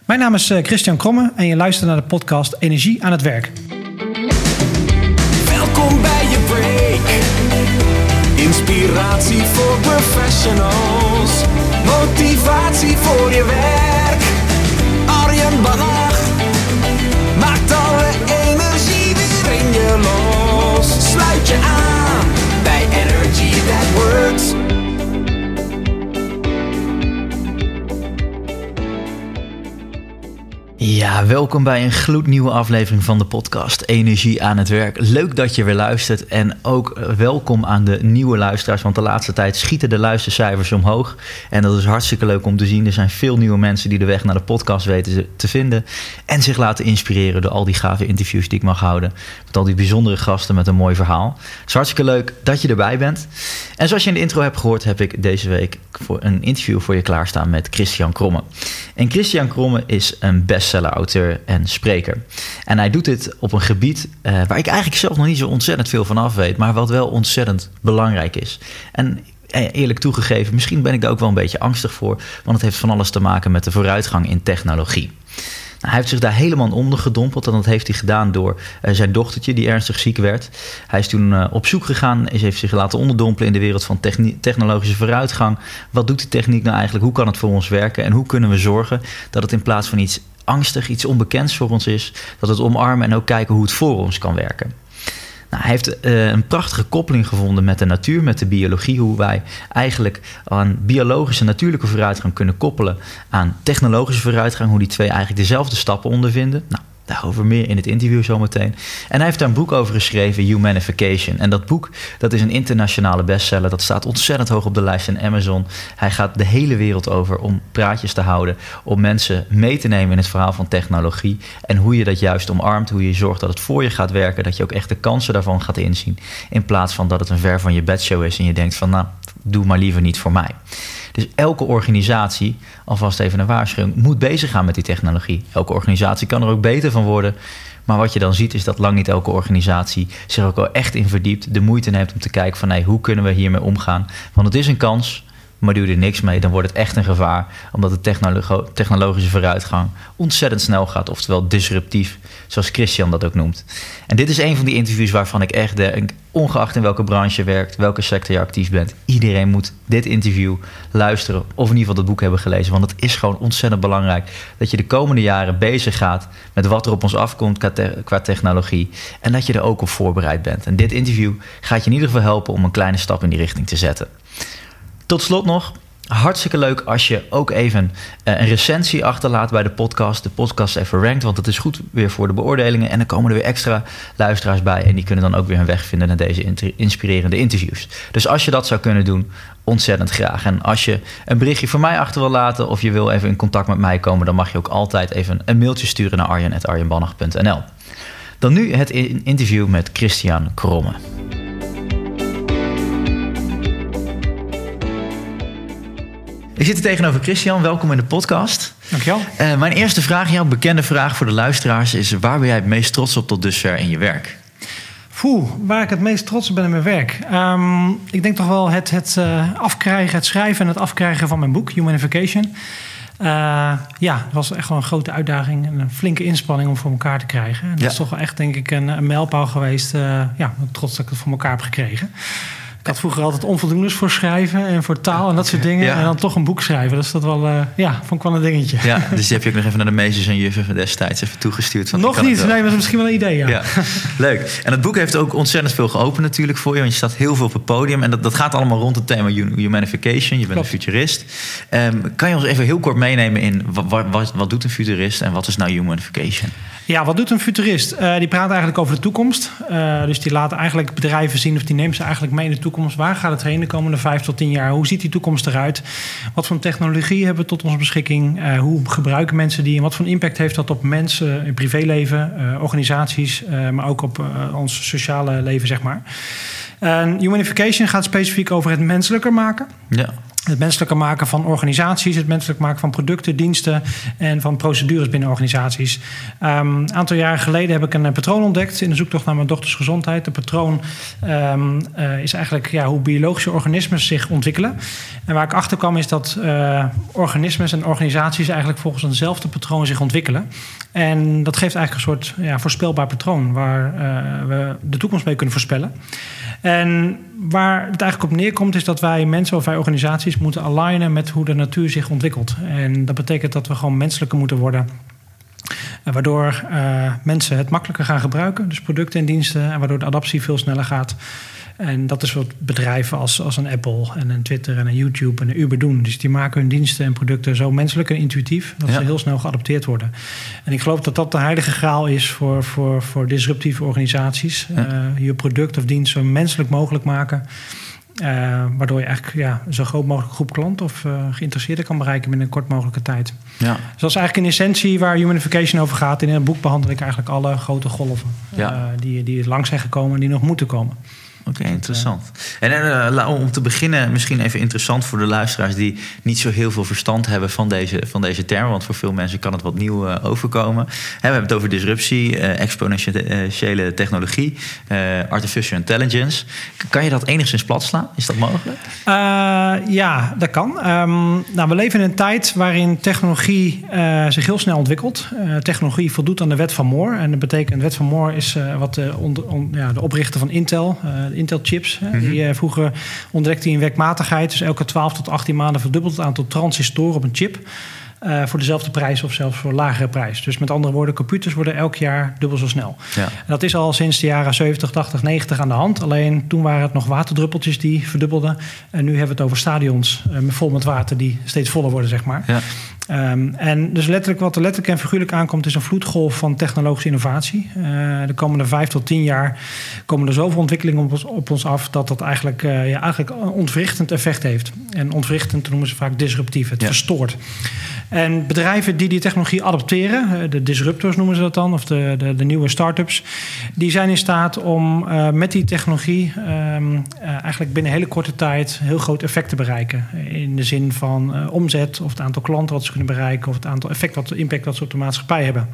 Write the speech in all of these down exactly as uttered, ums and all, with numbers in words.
Mijn naam is Christian Kromme en je luistert naar de podcast Energie aan het werk. Welkom bij je break. Inspiratie voor professionals. Motivatie voor je werk. Arjen Bannach maakt alle energie weer in je los. Sluit je aan bij Energy That Works. Ja, welkom bij een gloednieuwe aflevering van de podcast Energie aan het werk. Leuk dat je weer luistert en ook welkom aan de nieuwe luisteraars, want de laatste tijd schieten de luistercijfers omhoog. En dat is hartstikke leuk om te zien. Er zijn veel nieuwe mensen die de weg naar de podcast weten te vinden en zich laten inspireren door al die gave interviews die ik mag houden. Met al die bijzondere gasten met een mooi verhaal. Het is hartstikke leuk dat je erbij bent. En zoals je in de intro hebt gehoord, heb ik deze week voor een interview voor je klaarstaan met Christian Kromme. En Christian Kromme is een bestseller-auteur en spreker. En hij doet dit op een gebied uh, waar ik eigenlijk zelf nog niet zo ontzettend veel van af weet, maar wat wel ontzettend belangrijk is. En eerlijk toegegeven, misschien ben ik daar ook wel een beetje angstig voor, want het heeft van alles te maken met de vooruitgang in technologie. Hij heeft zich daar helemaal ondergedompeld en dat heeft hij gedaan door uh, zijn dochtertje die ernstig ziek werd. Hij is toen uh, op zoek gegaan, is, heeft zich laten onderdompelen in de wereld van techni- technologische vooruitgang. Wat doet die techniek nou eigenlijk? Hoe kan het voor ons werken? En hoe kunnen we zorgen dat het in plaats van iets angstig, iets onbekends voor ons is, dat het omarmen en ook kijken hoe het voor ons kan werken. Nou, hij heeft uh, een prachtige koppeling gevonden met de natuur, met de biologie. Hoe wij eigenlijk aan biologische natuurlijke vooruitgang kunnen koppelen aan technologische vooruitgang. Hoe die twee eigenlijk dezelfde stappen ondervinden. Nou, daarover meer in het interview zometeen. En hij heeft daar een boek over geschreven, Humanification. En dat boek, dat is een internationale bestseller. Dat staat ontzettend hoog op de lijst in Amazon. Hij gaat de hele wereld over om praatjes te houden, om mensen mee te nemen in het verhaal van technologie. En hoe je dat juist omarmt, hoe je zorgt dat het voor je gaat werken, dat je ook echt de kansen daarvan gaat inzien. In plaats van dat het een ver van je bedshow is en je denkt van, nou, doe maar liever niet voor mij. Dus elke organisatie, alvast even een waarschuwing, moet bezig gaan met die technologie. Elke organisatie kan er ook beter van worden. Maar wat je dan ziet is dat lang niet elke organisatie zich ook wel echt in verdiept, de moeite neemt om te kijken van, hey, hoe kunnen we hiermee omgaan? Want het is een kans, maar doe je er niks mee, dan wordt het echt een gevaar. Omdat de technologo- technologische vooruitgang ontzettend snel gaat, oftewel disruptief, zoals Christian dat ook noemt. En dit is een van die interviews waarvan ik echt denk, ongeacht in welke branche je werkt, welke sector je actief bent, iedereen moet dit interview luisteren of in ieder geval dat boek hebben gelezen. Want het is gewoon ontzettend belangrijk dat je de komende jaren bezig gaat met wat er op ons afkomt qua, te- qua technologie en dat je er ook op voorbereid bent. En dit interview gaat je in ieder geval helpen om een kleine stap in die richting te zetten. Tot slot nog, hartstikke leuk als je ook even uh, een recensie achterlaat bij de podcast. De podcast even rankt, want dat is goed weer voor de beoordelingen. En dan komen er weer extra luisteraars bij en die kunnen dan ook weer hun weg vinden naar deze inter- inspirerende interviews. Dus als je dat zou kunnen doen, ontzettend graag. En als je een berichtje voor mij achter wil laten of je wil even in contact met mij komen, dan mag je ook altijd even een mailtje sturen naar arjen at arjenbannach punt n l. Dan nu het interview met Christian Kromme. Ik zit er tegenover Christian. Welkom in de podcast. Dankjewel. Uh, mijn eerste vraag, jouw bekende vraag voor de luisteraars, is: waar ben jij het meest trots op tot dusver in je werk? Poeh, waar ik het meest trots op ben in mijn werk? Um, ik denk toch wel het, het uh, afkrijgen, het schrijven en het afkrijgen van mijn boek, Humanification. Uh, ja, het was echt wel een grote uitdaging en een flinke inspanning om voor elkaar te krijgen. En dat Ja. is toch wel echt, denk ik, een, een mijlpaal geweest. Uh, ja, trots dat ik het voor elkaar heb gekregen. Ik had vroeger altijd onvoldoendes voor schrijven en voor taal en dat soort dingen. Ja. En dan toch een boek schrijven. Dus dat wel, uh, ja, vond ik wel een dingetje. Ja, dus die heb je ook nog even naar de meesters en juffen van destijds even toegestuurd. Want Nog kan niet, het wel. nee, maar dat is misschien wel een idee, ja. Ja, leuk. En het boek heeft ook ontzettend veel geopend natuurlijk voor je. Want je staat heel veel op het podium. En dat, dat gaat allemaal rond het thema humanification. Je bent Klopt. een futurist. Um, kan je ons even heel kort meenemen in wat, wat, wat doet een futurist en wat is nou humanification? Ja, wat doet een futurist? Uh, die praat eigenlijk over de toekomst. Uh, dus die laat eigenlijk bedrijven zien of die neemt ze eigenlijk mee in de toekomst. Waar gaat het heen de komende vijf tot tien jaar? Hoe ziet die toekomst eruit? Wat voor technologie hebben we tot onze beschikking? Uh, hoe gebruiken mensen die? En wat voor impact heeft dat op mensen in privéleven, uh, organisaties, uh, maar ook op uh, ons sociale leven, zeg maar. Uh, humanification gaat specifiek over het menselijker maken. Ja. Het menselijker maken van organisaties, het menselijk maken van producten, diensten en van procedures binnen organisaties. Um, een aantal jaren geleden heb ik een patroon ontdekt in de zoektocht naar mijn dochters gezondheid. De patroon um, uh, is eigenlijk ja, hoe biologische organismen zich ontwikkelen. En waar ik achter kwam is dat uh, organismen en organisaties eigenlijk volgens eenzelfde patroon zich ontwikkelen. En dat geeft eigenlijk een soort ja, voorspelbaar patroon waar uh, we de toekomst mee kunnen voorspellen. En waar het eigenlijk op neerkomt is dat wij mensen of wij organisaties moeten alignen met hoe de natuur zich ontwikkelt. En dat betekent dat we gewoon menselijker moeten worden. Waardoor uh, mensen het makkelijker gaan gebruiken, dus producten en diensten, en waardoor de adaptie veel sneller gaat. En dat is wat bedrijven als, als een Apple en een Twitter en een YouTube en een Uber doen. Dus die maken hun diensten en producten zo menselijk en intuïtief dat ja. ze heel snel geadopteerd worden. En ik geloof dat dat de heilige graal is voor, voor, voor disruptieve organisaties. Ja. Uh, je product of dienst zo menselijk mogelijk maken. Uh, waardoor je eigenlijk ja, zo groot mogelijk groep klanten of uh, geïnteresseerden kan bereiken binnen een kort mogelijke tijd. Ja. Dus dat is eigenlijk in essentie waar humanification over gaat. In het boek behandel ik eigenlijk alle grote golven ja. uh, die, die langs zijn gekomen en die nog moeten komen. Oké, okay, interessant. En uh, om te beginnen, misschien even interessant voor de luisteraars die niet zo heel veel verstand hebben van deze, van deze term, want voor veel mensen kan het wat nieuw uh, overkomen. He, we hebben het over disruptie, uh, exponentiële technologie, uh, artificial intelligence. Kan je dat enigszins plat slaan? Is dat mogelijk? Uh, ja, dat kan. Um, nou, we leven in een tijd waarin technologie uh, zich heel snel ontwikkelt. Uh, technologie voldoet aan de wet van Moore. En dat betekent, de wet van Moore is uh, wat de, on, on, ja, de oprichter van Intel, uh, Intel-chips. Mm-hmm. Die uh, vroeger ontdekte hij een werkmatigheid. Dus elke twaalf tot achttien maanden verdubbelt het aantal transistoren op een chip. Uh, voor dezelfde prijs of zelfs voor lagere prijs. Dus met andere woorden, computers worden elk jaar dubbel zo snel. Ja. En dat is al sinds de jaren zeventig, tachtig, negentig aan de hand. Alleen toen waren het nog waterdruppeltjes die verdubbelden. En nu hebben we het over stadions uh, vol met water die steeds voller worden, zeg maar. Ja. Um, en dus letterlijk wat er letterlijk en figuurlijk aankomt is een vloedgolf van technologische innovatie. Uh, de komende vijf tot tien jaar komen er zoveel ontwikkelingen op ons, op ons af dat dat eigenlijk, uh, ja, eigenlijk een ontwrichtend effect heeft. En ontwrichtend noemen ze vaak disruptief, het ja. verstoort. En bedrijven die die technologie adopteren, de disruptors noemen ze dat dan, of de, de, de nieuwe start-ups, die zijn in staat om uh, met die technologie um, uh, eigenlijk binnen een hele korte tijd heel groot effect te bereiken. In de zin van uh, omzet of het aantal klanten wat ze kunnen bereiken of het aantal effect, wat, impact wat ze op de maatschappij hebben.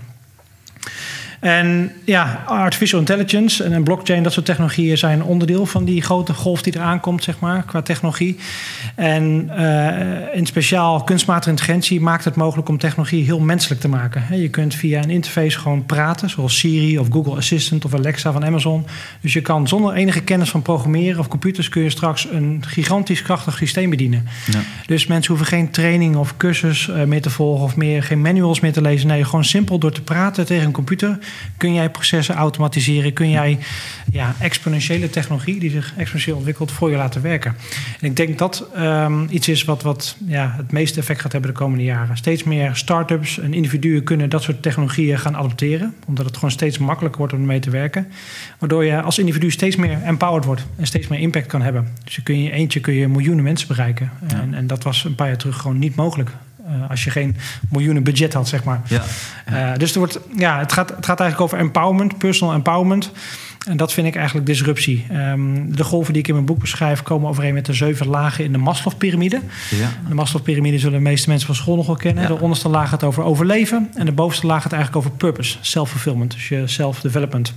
En ja, artificial intelligence en blockchain, dat soort technologieën zijn een onderdeel van die grote golf die eraan komt, zeg maar, qua technologie. En uh, in speciaal kunstmatige intelligentie maakt het mogelijk om technologie heel menselijk te maken. Je kunt via een interface gewoon praten, zoals Siri of Google Assistant of Alexa van Amazon. Dus je kan zonder enige kennis van programmeren of computers kun je straks een gigantisch krachtig systeem bedienen. Ja. Dus mensen hoeven geen training of cursus uh, meer te volgen of meer, geen manuals meer te lezen. Nee, gewoon simpel door te praten tegen een computer kun jij processen automatiseren, kun jij ja, exponentiële technologie die zich exponentieel ontwikkelt voor je laten werken. En ik denk dat um, iets is wat, wat ja, het meeste effect gaat hebben de komende jaren. Steeds meer start-ups en individuen kunnen dat soort technologieën gaan adopteren, omdat het gewoon steeds makkelijker wordt om ermee te werken. Waardoor je als individu steeds meer empowered wordt en steeds meer impact kan hebben. Dus je kun je eentje kun je miljoenen mensen bereiken. Ja. En, en dat was een paar jaar terug gewoon niet mogelijk. Uh, als je geen miljoenen budget had, zeg maar. Ja, ja. Uh, dus er wordt, ja, het, gaat, het gaat eigenlijk over empowerment, personal empowerment. En dat vind ik eigenlijk disruptie. Um, de golven die ik in mijn boek beschrijf komen overeen met de zeven lagen in de Maslow-pyramide. Ja. De Maslow-pyramide zullen de meeste mensen van school nog wel kennen. Ja. De onderste laag gaat over overleven. En de bovenste laag gaat eigenlijk over purpose, self-fulfillment. Dus je self-development.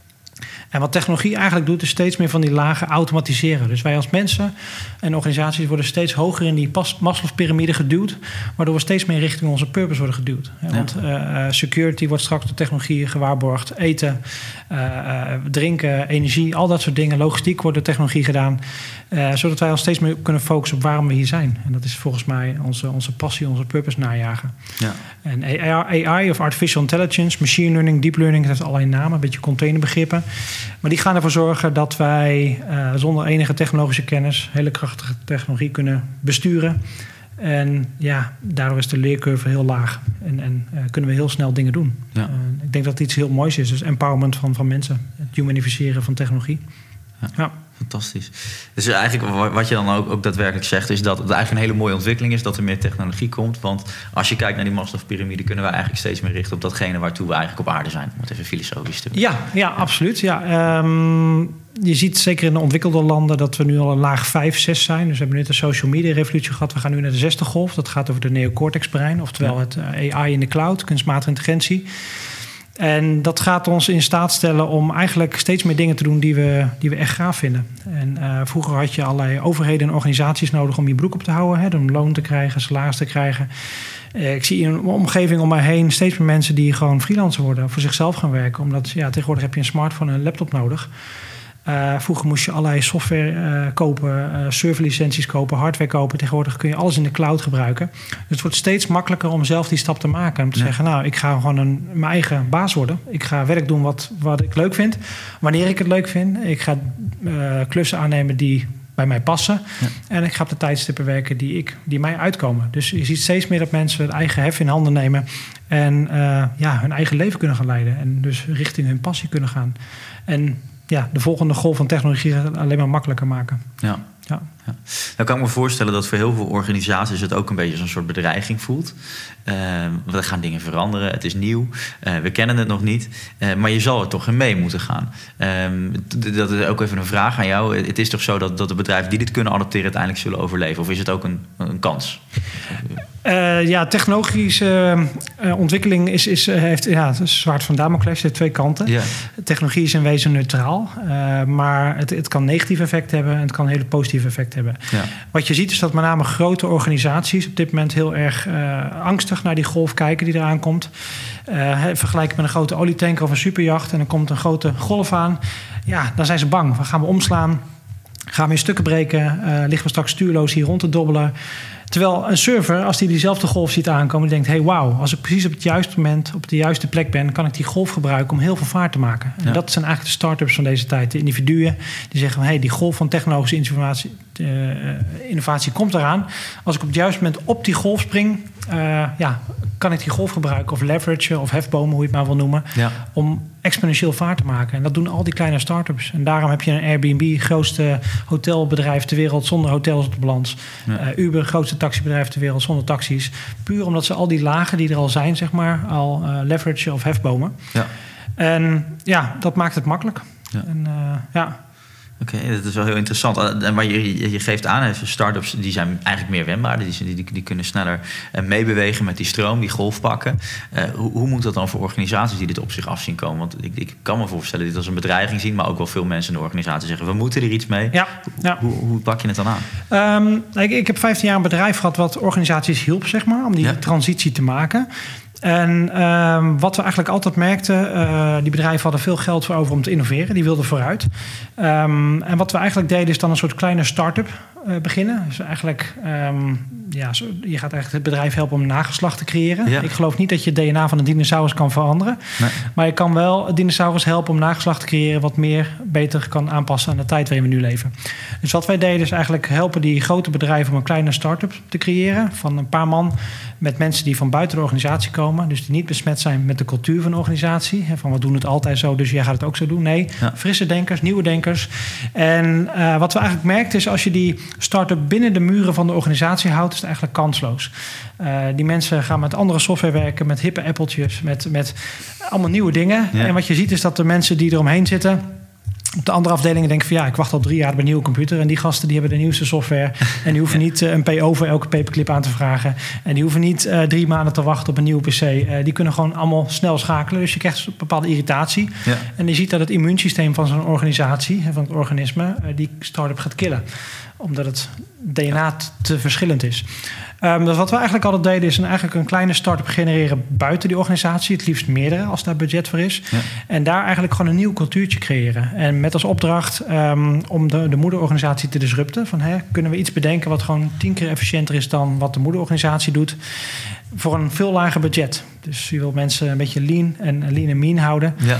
En wat technologie eigenlijk doet, is steeds meer van die lagen automatiseren. Dus wij als mensen en organisaties worden steeds hoger in die Maslow-pyramide geduwd, waardoor we steeds meer richting onze purpose worden geduwd. Ja. Want uh, security wordt straks door technologie gewaarborgd. Eten, uh, uh, drinken, energie, al dat soort dingen. Logistiek wordt door technologie gedaan. Uh, zodat wij ons steeds meer kunnen focussen op waarom we hier zijn. En dat is volgens mij onze, onze passie, onze purpose najagen. Ja. En A I of artificial intelligence, machine learning, deep learning, dat heeft allerlei namen, een beetje containerbegrippen. Maar die gaan ervoor zorgen dat wij uh, zonder enige technologische kennis hele krachtige technologie kunnen besturen. En ja, daardoor is de leercurve heel laag. En, en uh, kunnen we heel snel dingen doen. Ja. Uh, ik denk dat het iets heel moois is. Dus empowerment van, van mensen. Het humanificeren van technologie. Ja. Ja. Fantastisch. Dus eigenlijk wat je dan ook, ook daadwerkelijk zegt, is dat het eigenlijk een hele mooie ontwikkeling is dat er meer technologie komt. Want als je kijkt naar die Maslow-pyramide, kunnen we eigenlijk steeds meer richten op datgene waartoe we eigenlijk op aarde zijn. Om het even filosofisch te doen. Ja, ja, absoluut. Ja, um, je ziet zeker in de ontwikkelde landen dat we nu al een laag vijf, zes zijn. Dus we hebben net de social media revolutie gehad. We gaan nu naar de zesde golf. Dat gaat over de neocortex-brein, oftewel ja. het A I in de cloud, kunstmatige intelligentie. En dat gaat ons in staat stellen om eigenlijk steeds meer dingen te doen die we, die we echt gaaf vinden. En uh, vroeger had je allerlei overheden en organisaties nodig om je broek op te houden. Hè, om loon te krijgen, salaris te krijgen. Uh, ik zie in mijn omgeving om mij heen steeds meer mensen die gewoon freelancer worden. Voor zichzelf gaan werken. Omdat ja, tegenwoordig heb je een smartphone en een laptop nodig. Uh, vroeger moest je allerlei software uh, kopen, uh, serverlicenties kopen, hardware kopen. Tegenwoordig kun je alles in de cloud gebruiken. Dus het wordt steeds makkelijker om zelf die stap te maken. Om te ja. zeggen, nou, ik ga gewoon een, mijn eigen baas worden. Ik ga werk doen wat, wat ik leuk vind. Wanneer ik het leuk vind. Ik ga uh, klussen aannemen die bij mij passen. Ja. En ik ga op de tijdstippen werken die, ik, die mij uitkomen. Dus je ziet steeds meer dat mensen het eigen hef in handen nemen. En uh, ja, hun eigen leven kunnen gaan leiden. En dus richting hun passie kunnen gaan. En ja, de volgende golf van technologie gaat het alleen maar makkelijker maken. Ja. Ja. Ja. Nou kan ik me voorstellen dat voor heel veel organisaties het ook een beetje zo'n soort bedreiging voelt. Uh, er gaan dingen veranderen, het is nieuw, uh, we kennen het nog niet. Uh, maar je zal er toch in mee moeten gaan. Uh, dat is ook even een vraag aan jou. Het is toch zo dat, dat de bedrijven die dit kunnen adopteren uiteindelijk zullen overleven? Of is het ook een, een kans? Uh, ja, technologische uh, ontwikkeling is, is, heeft ja, het is een zwaard van Damocles, heeft twee kanten. Yeah. Technologie is in wezen neutraal, uh, maar het, het kan negatief effect hebben en het kan hele positieve effect hebben. Ja. Wat je ziet is dat met name grote organisaties op dit moment heel erg uh, angstig naar die golf kijken die eraan komt. Uh, vergelijk met een grote olietanker of een superjacht en dan komt een grote golf aan. Ja, dan zijn ze bang. Gaan we omslaan? Gaan we in stukken breken? Uh, liggen we straks stuurloos hier rond te dobbelen? Terwijl een server, als die diezelfde golf ziet aankomen, die denkt, hey, wauw, als ik precies op het juiste moment op de juiste plek ben, kan ik die golf gebruiken om heel veel vaart te maken. En ja. dat zijn eigenlijk de start-ups van deze tijd. De individuen die zeggen, hey, die golf van technologische innovatie, uh, innovatie komt eraan. Als ik op het juiste moment op die golf spring, uh, ja, kan ik die golf gebruiken of leverage of hefbomen, hoe je het maar wil noemen, ja. om exponentieel vaart te maken. En dat doen al die kleine start-ups. En daarom heb je een Airbnb, grootste hotelbedrijf ter wereld zonder hotels op de balans. Ja. Uh, Uber, grootste taxibedrijf ter wereld zonder taxis. Puur omdat ze al die lagen die er al zijn, zeg maar, al uh, leverage of hefbomen. Ja. En ja, dat maakt het makkelijk. Ja. En, uh, ja. Oké, okay, dat is wel heel interessant. En waar je, je geeft aan, start-ups die zijn eigenlijk meer wendbaar. Die, die, die kunnen sneller meebewegen met die stroom, die golf pakken. Uh, hoe, hoe moet dat dan voor organisaties die dit op zich af zien komen? Want ik, ik kan me voorstellen dit als een bedreiging zien, maar ook wel veel mensen in de organisatie zeggen, we moeten er iets mee. Ja, ja. Hoe, hoe pak je het dan aan? Um, ik, ik heb vijftien jaar een bedrijf gehad wat organisaties hielp, zeg maar, om die ja. transitie te maken. En uh, wat we eigenlijk altijd merkten, uh, die bedrijven hadden veel geld voor over om te innoveren. Die wilden vooruit. Um, en wat we eigenlijk deden is dan een soort kleine start-up uh, beginnen. Dus eigenlijk, um, ja, zo, je gaat eigenlijk het bedrijf helpen om een nageslacht te creëren. Ja. Ik geloof niet dat je het D N A van een dinosaurus kan veranderen. Nee. Maar je kan wel het dinosaurus helpen om nageslacht te creëren wat meer beter kan aanpassen aan de tijd waarin we nu leven. Dus wat wij deden is eigenlijk helpen die grote bedrijven om een kleine start-up te creëren. Van een paar man met mensen die van buiten de organisatie komen. Dus die niet besmet zijn met de cultuur van de organisatie. Van we doen het altijd zo, dus jij gaat het ook zo doen. Nee, ja. frisse denkers, nieuwe denkers. En uh, wat we eigenlijk merkten is als je die start-up binnen de muren van de organisatie houdt, is het eigenlijk kansloos. Uh, die mensen gaan met andere software werken, met hippe appeltjes, met, met allemaal nieuwe dingen. Ja. En wat je ziet is dat de mensen die eromheen zitten op de andere afdelingen denken van ja, ik wacht al drie jaar bij een nieuwe computer. En die gasten die hebben de nieuwste software. En die hoeven ja. niet uh, een P O voor elke paperclip aan te vragen. En die hoeven niet uh, drie maanden te wachten op een nieuwe P C. Uh, die kunnen gewoon allemaal snel schakelen. Dus je krijgt een bepaalde irritatie. Ja. En je ziet dat het immuunsysteem van zo'n organisatie, van het organisme, uh, die start-up gaat killen. Omdat het D N A te verschillend is. Um, dus wat we eigenlijk altijd deden is een, eigenlijk een kleine start-up genereren buiten die organisatie. Het liefst meerdere als daar budget voor is. Ja. En daar eigenlijk gewoon een nieuw cultuurtje creëren. En met als opdracht um, om de, de moederorganisatie te disrupten. Van, hè, kunnen we iets bedenken wat gewoon tien keer efficiënter is dan wat de moederorganisatie doet. Voor een veel lager budget. Dus je wil mensen een beetje lean en lean en mean houden. Ja.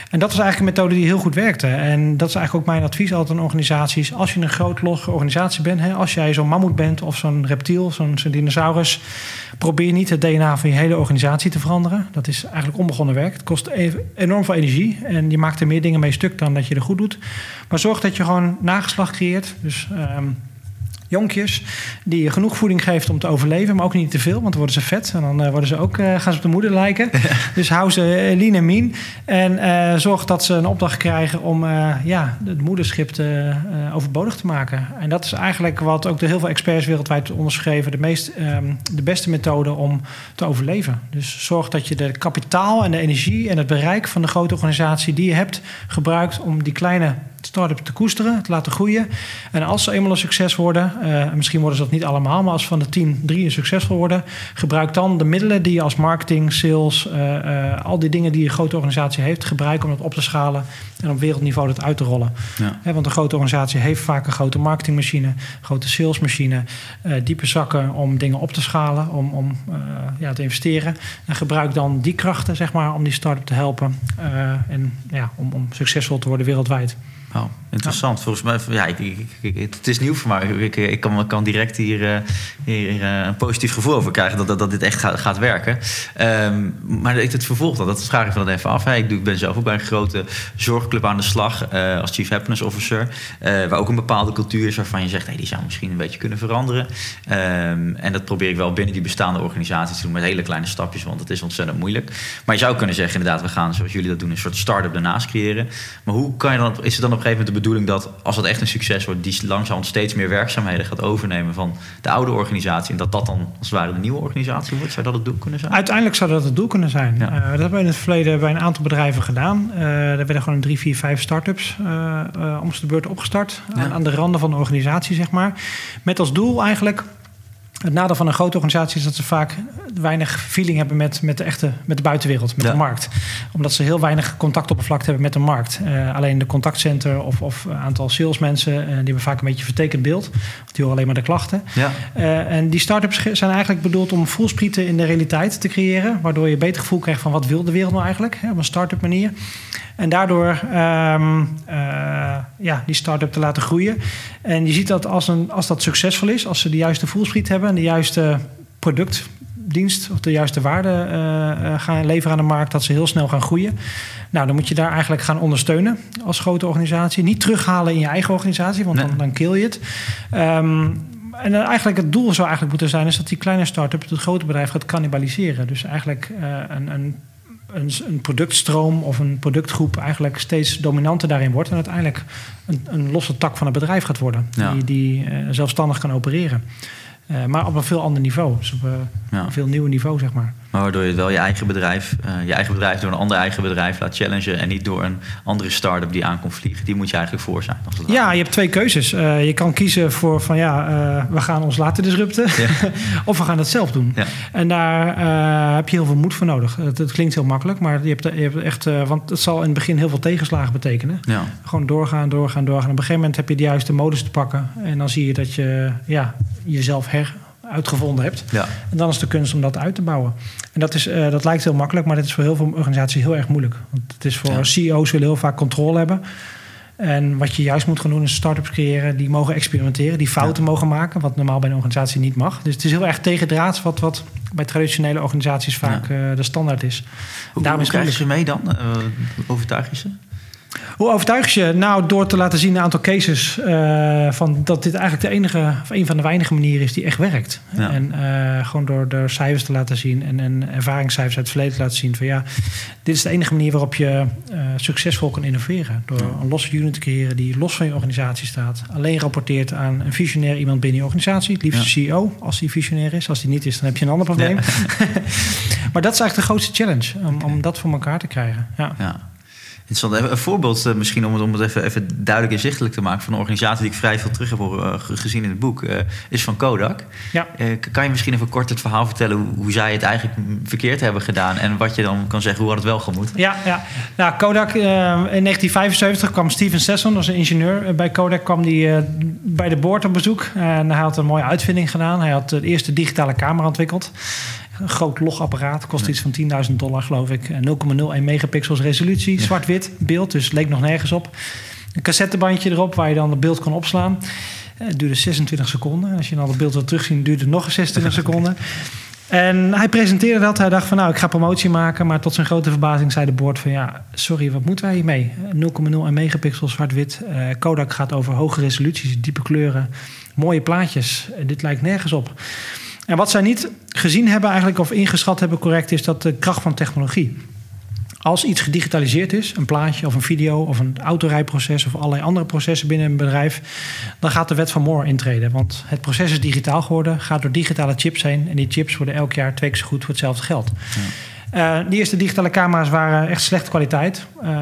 En dat is eigenlijk een methode die heel goed werkte. En dat is eigenlijk ook mijn advies altijd aan organisaties. Als je een groot logge organisatie bent, hè, als jij zo'n mammoet bent of zo'n reptiel, zo'n, zo'n dinosaurus, probeer niet het D N A van je hele organisatie te veranderen. Dat is eigenlijk onbegonnen werk. Het kost even, enorm veel energie en je maakt er meer dingen mee stuk dan dat je er goed doet. Maar zorg dat je gewoon nageslacht creëert. Dus um, jonkjes die je genoeg voeding geeft om te overleven, maar ook niet te veel, want dan worden ze vet en dan uh, worden ze ook, uh, gaan ze op de moeder lijken. Ja. Dus hou ze uh, lean en mean en uh, zorg dat ze een opdracht krijgen om uh, ja, het moederschip te, uh, overbodig te maken. En dat is eigenlijk wat ook door heel veel experts wereldwijd onderschreven de, meest, um, de beste methode om te overleven. Dus zorg dat je de kapitaal en de energie en het bereik van de grote organisatie die je hebt gebruikt om die kleine start-up te koesteren, te laten groeien. En als ze eenmaal een succes worden, uh, misschien worden ze dat niet allemaal, maar als van de tien drie een succesvol worden, gebruik dan de middelen die je als marketing, sales, uh, uh, al die dingen die een grote organisatie heeft, gebruik om dat op te schalen en op wereldniveau dat uit te rollen. Ja. He, want een grote organisatie heeft vaak een grote marketingmachine, grote salesmachine, uh, diepe zakken om dingen op te schalen, om, om uh, ja, te investeren. En gebruik dan die krachten, zeg maar, om die start-up te helpen uh, en ja, om, om succesvol te worden wereldwijd. Oh, interessant. Ja. Volgens mij, ja, ik, ik, ik, het is nieuw voor mij. Ik, ik kan, kan direct hier, uh, hier uh, een positief gevoel over krijgen dat, dat, dat dit echt gaat, gaat werken. Um, maar het, het vervolg dan, dat vraag ik van dat even af. Hè. Ik, doe, ik ben zelf ook bij een grote zorgclub aan de slag uh, als Chief Happiness Officer. Uh, waar ook een bepaalde cultuur is waarvan je zegt, hey, die zou misschien een beetje kunnen veranderen. Um, en dat probeer ik wel binnen die bestaande organisaties te doen met hele kleine stapjes, want het is ontzettend moeilijk. Maar je zou kunnen zeggen, inderdaad, we gaan zoals jullie dat doen, een soort start-up daarnaast creëren. Maar hoe kan je dan, is het dan op een gegeven moment de bedoeling dat als dat echt een succes wordt, die langzaam steeds meer werkzaamheden gaat overnemen van de oude organisatie en dat dat dan als het ware de nieuwe organisatie wordt? Zou dat het doel kunnen zijn? Uiteindelijk zou dat het doel kunnen zijn. Ja. Uh, dat hebben we in het verleden bij een aantal bedrijven gedaan. Uh, er werden gewoon drie, vier, vijf start-ups uh, uh, om de beurt opgestart. Ja. Aan, aan de randen van de organisatie, zeg maar. Met als doel eigenlijk, het nadeel van een grote organisatie is dat ze vaak weinig feeling hebben met, met de echte, met de buitenwereld, met ja. de markt. Omdat ze heel weinig contactoppervlakte hebben met de markt. Uh, alleen de contactcenter of, of een aantal salesmensen, uh, die hebben vaak een beetje een vertekend beeld. Want die horen alleen maar de klachten. Ja. Uh, en die start-ups zijn eigenlijk bedoeld om voelsprieten in de realiteit te creëren, waardoor je beter gevoel krijgt van wat wil de wereld nou eigenlijk, hè, op een start-up manier. En daardoor um, uh, ja, die start-up te laten groeien. En je ziet dat als, een, als dat succesvol is, als ze de juiste voelspriet hebben en de juiste productdienst of de juiste waarde uh, gaan leveren aan de markt, dat ze heel snel gaan groeien. Nou, dan moet je daar eigenlijk gaan ondersteunen als grote organisatie. Niet terughalen in je eigen organisatie, want nee. dan, dan kill je het. Um, En dan eigenlijk het doel zou eigenlijk moeten zijn, is dat die kleine start-up het grote bedrijf gaat cannibaliseren. Dus eigenlijk uh, een, een Een, een productstroom of een productgroep eigenlijk steeds dominanter daarin wordt en uiteindelijk een, een losse tak van het bedrijf gaat worden, ja. die, die uh, zelfstandig kan opereren. Uh, maar op een veel ander niveau, dus op uh, ja. een veel nieuwer niveau, zeg maar. Maar waardoor je wel je eigen bedrijf, uh, je eigen bedrijf door een ander eigen bedrijf laat challengen en niet door een andere start-up die aan komt vliegen. Die moet je eigenlijk voor zijn. Als het ja, je hebt twee keuzes. Uh, je kan kiezen voor van ja, uh, we gaan ons laten disrupten, ja. of we gaan het zelf doen. Ja. En daar uh, heb je heel veel moed voor nodig. Het, het klinkt heel makkelijk, maar je hebt, je hebt echt, uh, want het zal in het begin heel veel tegenslagen betekenen. Ja. Gewoon doorgaan, doorgaan, doorgaan. Op een gegeven moment heb je de juiste modus te pakken en dan zie je dat je ja, jezelf her uitgevonden hebt. Ja. En dan is de kunst om dat uit te bouwen. En dat, is, uh, dat lijkt heel makkelijk, maar dat is voor heel veel organisaties heel erg moeilijk. Want het is voor ja. C E O's willen heel vaak controle hebben. En wat je juist moet gaan doen is start-ups creëren die mogen experimenteren, die fouten ja. mogen maken, wat normaal bij een organisatie niet mag. Dus het is heel erg tegendraads wat, wat bij traditionele organisaties vaak ja. uh, de standaard is. Hoe, hoe krijg je ze mee dan? Uh, overtuig je ze? Hoe overtuig je? Nou, door te laten zien een aantal cases uh, van dat dit eigenlijk de enige of een van de weinige manieren is die echt werkt. Ja. En uh, gewoon door, door cijfers te laten zien en, en ervaringscijfers uit het verleden te laten zien van ja, dit is de enige manier waarop je uh, succesvol kan innoveren. Door ja. een losse unit te creëren die los van je organisatie staat. Alleen rapporteert aan een visionair iemand binnen je organisatie. Het liefst ja. C E O, als die visionair is. Als die niet is, dan heb je een ander probleem. Ja. Maar dat is eigenlijk de grootste challenge, om, okay. om dat voor elkaar te krijgen. Ja. ja. Een voorbeeld uh, misschien om het, om het even, even duidelijk inzichtelijk te maken van een organisatie die ik vrij veel terug heb uh, gezien in het boek, uh, is van Kodak. Ja. Uh, kan je misschien even kort het verhaal vertellen hoe, hoe zij het eigenlijk verkeerd hebben gedaan en wat je dan kan zeggen, hoe had het wel gemoeten? Ja, ja. Nou, Kodak, uh, in negentien vijfenzeventig kwam Steven Sesson, dat is een ingenieur bij Kodak, kwam die uh, bij de board op bezoek. Uh, en hij had een mooie uitvinding gedaan. Hij had de eerste digitale camera ontwikkeld. Een groot logapparaat, kost ja. iets van tienduizend dollar, geloof ik. nul komma nul één megapixels resolutie, ja. zwart-wit beeld, dus leek nog nergens op. Een cassettebandje erop waar je dan het beeld kan opslaan. Het duurde zesentwintig seconden. Als je dan het beeld wil terugzien, duurde het nog zesentwintig seconden. En hij presenteerde dat. Hij dacht van, nou, ik ga promotie maken. Maar tot zijn grote verbazing zei de board van, ja, sorry, wat moeten wij hiermee? nul komma nul één megapixels, zwart-wit. Uh, Kodak gaat over hoge resoluties, diepe kleuren, mooie plaatjes. Uh, dit lijkt nergens op. En wat zij niet gezien hebben eigenlijk, of ingeschat hebben correct, is dat de kracht van technologie. Als iets gedigitaliseerd is, een plaatje of een video of een autorijproces of allerlei andere processen binnen een bedrijf, dan gaat de wet van Moore intreden. Want het proces is digitaal geworden, gaat door digitale chips heen en die chips worden elk jaar twee keer zo goed voor hetzelfde geld. Ja. Uh, die eerste digitale camera's waren echt slechte kwaliteit.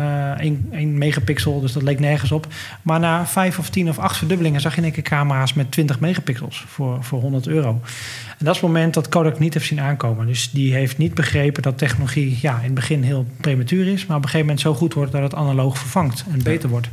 één megapixel, dus dat leek nergens op. Maar na vijf of tien of acht verdubbelingen zag je in één keer camera's met twintig megapixels voor, voor honderd euro. En dat is het moment dat Kodak niet heeft zien aankomen. Dus die heeft niet begrepen dat technologie ja, in het begin heel prematuur is, maar op een gegeven moment zo goed wordt dat het analoog vervangt en beter wordt.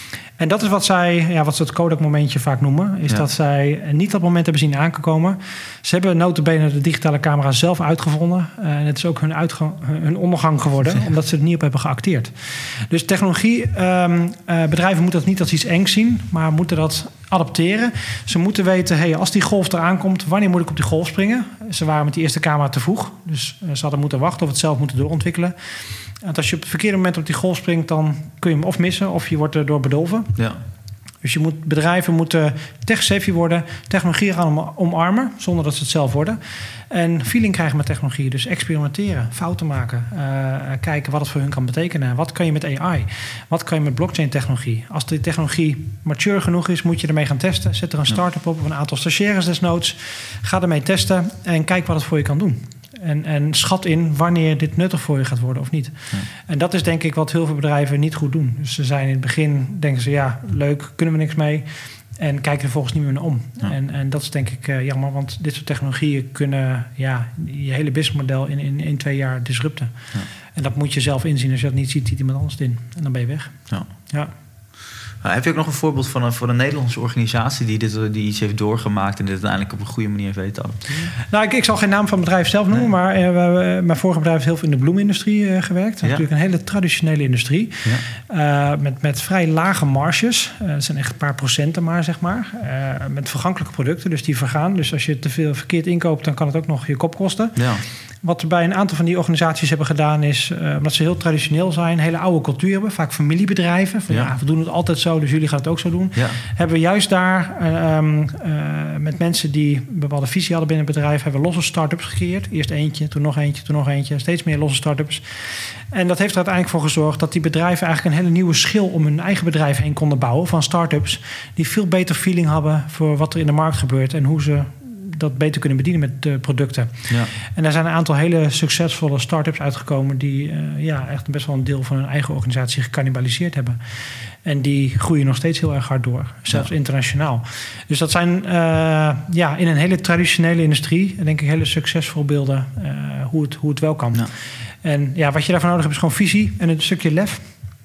En dat is wat zij, ja, wat ze het Kodak-momentje vaak noemen, is ja. dat zij niet dat moment hebben zien aankomen. Ze hebben nota bene de digitale camera zelf uitgevonden. Uh, en het is ook hun, uitgang, hun ondergang geworden, ja. omdat ze het niet op hebben geacteerd. Dus technologie, um, uh, bedrijven moeten dat niet als iets engs zien, maar moeten dat adapteren. Ze moeten weten, hey, als die golf eraan komt, wanneer moet ik op die golf springen? Ze waren met die eerste camera te vroeg, dus uh, ze hadden moeten wachten of het zelf moeten doorontwikkelen. Want als je op het verkeerde moment op die golf springt, dan kun je hem of missen of je wordt erdoor bedolven. Ja. Dus je moet, bedrijven moeten tech-savvy worden, technologie gaan omarmen, zonder dat ze het zelf worden. En feeling krijgen met technologie, dus experimenteren, fouten maken, uh, kijken wat het voor hun kan betekenen. Wat kan je met A I? Wat kan je met blockchain-technologie? Als die technologie mature genoeg is, moet je ermee gaan testen. Zet er een start-up op of een aantal stagiaires desnoods. Ga ermee testen en kijk wat het voor je kan doen. En, en schat in wanneer dit nuttig voor je gaat worden of niet. Ja. En dat is denk ik wat heel veel bedrijven niet goed doen. Dus ze zijn in het begin, denken ze, ja, leuk, kunnen we niks mee. En kijken er vervolgens niet meer naar om. Ja. En, en dat is denk ik uh, jammer, want dit soort technologieën kunnen ja, je hele businessmodel in, in, in twee jaar disrupten. Ja. En dat moet je zelf inzien. Als je dat niet ziet, ziet iemand anders het in. En dan ben je weg. Ja. Ja. Nou, heb je ook nog een voorbeeld van een, van een Nederlandse organisatie die, dit, die iets heeft doorgemaakt en dit uiteindelijk op een goede manier heeft weten te adapteren? Nou, ik, ik zal geen naam van het bedrijf zelf noemen, nee. maar uh, we, mijn vorige bedrijf heeft heel veel in de bloemindustrie uh, gewerkt. Dat is ja. natuurlijk een hele traditionele industrie. Ja. Uh, met, met vrij lage marges. Uh, dat zijn echt een paar procenten maar, zeg maar. Uh, met vergankelijke producten, dus die vergaan. Dus als je te veel verkeerd inkoopt, dan kan het ook nog je kop kosten. Ja. Wat we bij een aantal van die organisaties hebben gedaan is, uh, omdat ze heel traditioneel zijn, hele oude cultuur hebben, vaak familiebedrijven. Van, ja. ja, we doen het altijd zo, dus jullie gaan het ook zo doen. Ja. Hebben we juist daar uh, um, uh, met mensen die een bepaalde visie hadden binnen het bedrijf, hebben we losse start-ups gecreëerd. Eerst eentje, toen nog eentje, toen nog eentje. Steeds meer losse start-ups. En dat heeft er uiteindelijk voor gezorgd dat die bedrijven eigenlijk een hele nieuwe schil om hun eigen bedrijf heen konden bouwen van start-ups die veel beter feeling hadden voor wat er in de markt gebeurt en hoe ze dat beter kunnen bedienen met de producten. Ja. En er zijn een aantal hele succesvolle start-ups uitgekomen die uh, ja, echt best wel een deel van hun eigen organisatie gecannibaliseerd hebben. En die groeien nog steeds heel erg hard door, zelfs ja. internationaal. Dus dat zijn uh, ja, in een hele traditionele industrie, denk ik, hele succesvolle beelden uh, hoe, het, hoe het wel kan. Ja. En ja, wat je daarvoor nodig hebt is gewoon visie en een stukje lef.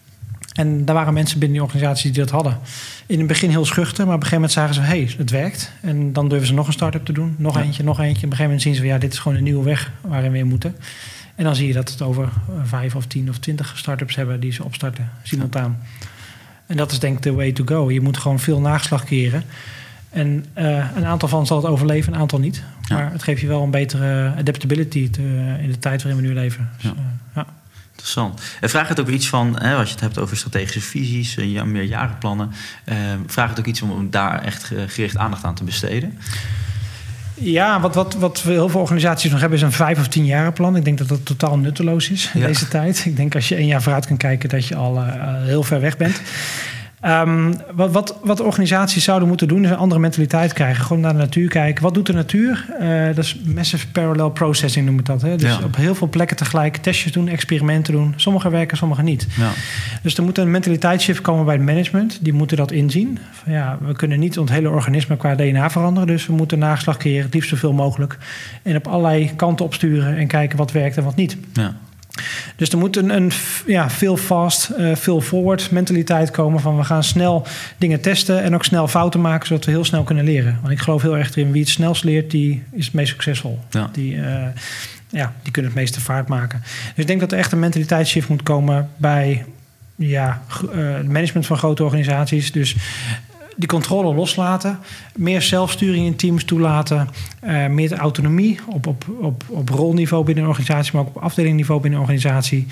En daar waren mensen binnen die organisaties die dat hadden. In het begin heel schuchter, maar op een gegeven moment zagen ze, hé, hey, het werkt. En dan durven ze nog een start-up te doen, nog ja. eentje, nog eentje. Op een gegeven moment zien ze, ja, dit is gewoon een nieuwe weg waarin we in moeten. En dan zie je dat het over vijf of tien of twintig start-ups hebben die ze opstarten, simultaan. Ja. En dat is denk ik de way to go. Je moet gewoon veel nageslag keren. En uh, een aantal van zal het overleven, een aantal niet. Ja. Maar het geeft je wel een betere adaptability te, uh, in de tijd waarin we nu leven. Dus, ja. Uh, ja. Interessant. En vraagt het ook iets van, hè, als je het hebt over strategische visies, uh, meerjarenplannen, uh, vraagt het ook iets om, om daar echt gericht aandacht aan te besteden? Ja, wat, wat, wat heel veel organisaties nog hebben is een vijf of tien jaren plan. Ik denk dat dat totaal nutteloos is in ja. deze tijd. Ik denk als je één jaar vooruit kan kijken dat je al uh, heel ver weg bent. Um, wat, wat, wat organisaties zouden moeten doen is een andere mentaliteit krijgen. Gewoon naar de natuur kijken. Wat doet de natuur? Uh, dat is massive parallel processing noem ik dat. Hè? Dus ja. op heel veel plekken tegelijk testjes doen, experimenten doen. Sommige werken, sommige niet. Ja. Dus er moet een mentaliteitsshift komen bij het management. Die moeten dat inzien. Van, ja, we kunnen niet ons hele organisme qua D N A veranderen. Dus we moeten nageslag creëren, het liefst zoveel mogelijk. En op allerlei kanten opsturen en kijken wat werkt en wat niet. Ja. Dus Dus er moet een, een ja, veel fast, uh, veel forward mentaliteit komen van we gaan snel dingen testen en ook snel fouten maken, zodat we heel snel kunnen leren. Want ik geloof heel erg erin, wie het snelst leert, die is het meest succesvol. Ja. Die, uh, ja, die kunnen het meeste vaart maken. Dus ik denk dat er echt een mentaliteitsshift moet komen bij ja, uh, het management van grote organisaties. Dus die controle loslaten, meer zelfsturing in teams toelaten, uh, meer autonomie op, op, op, op rolniveau binnen een organisatie, maar ook op afdelingniveau binnen een organisatie.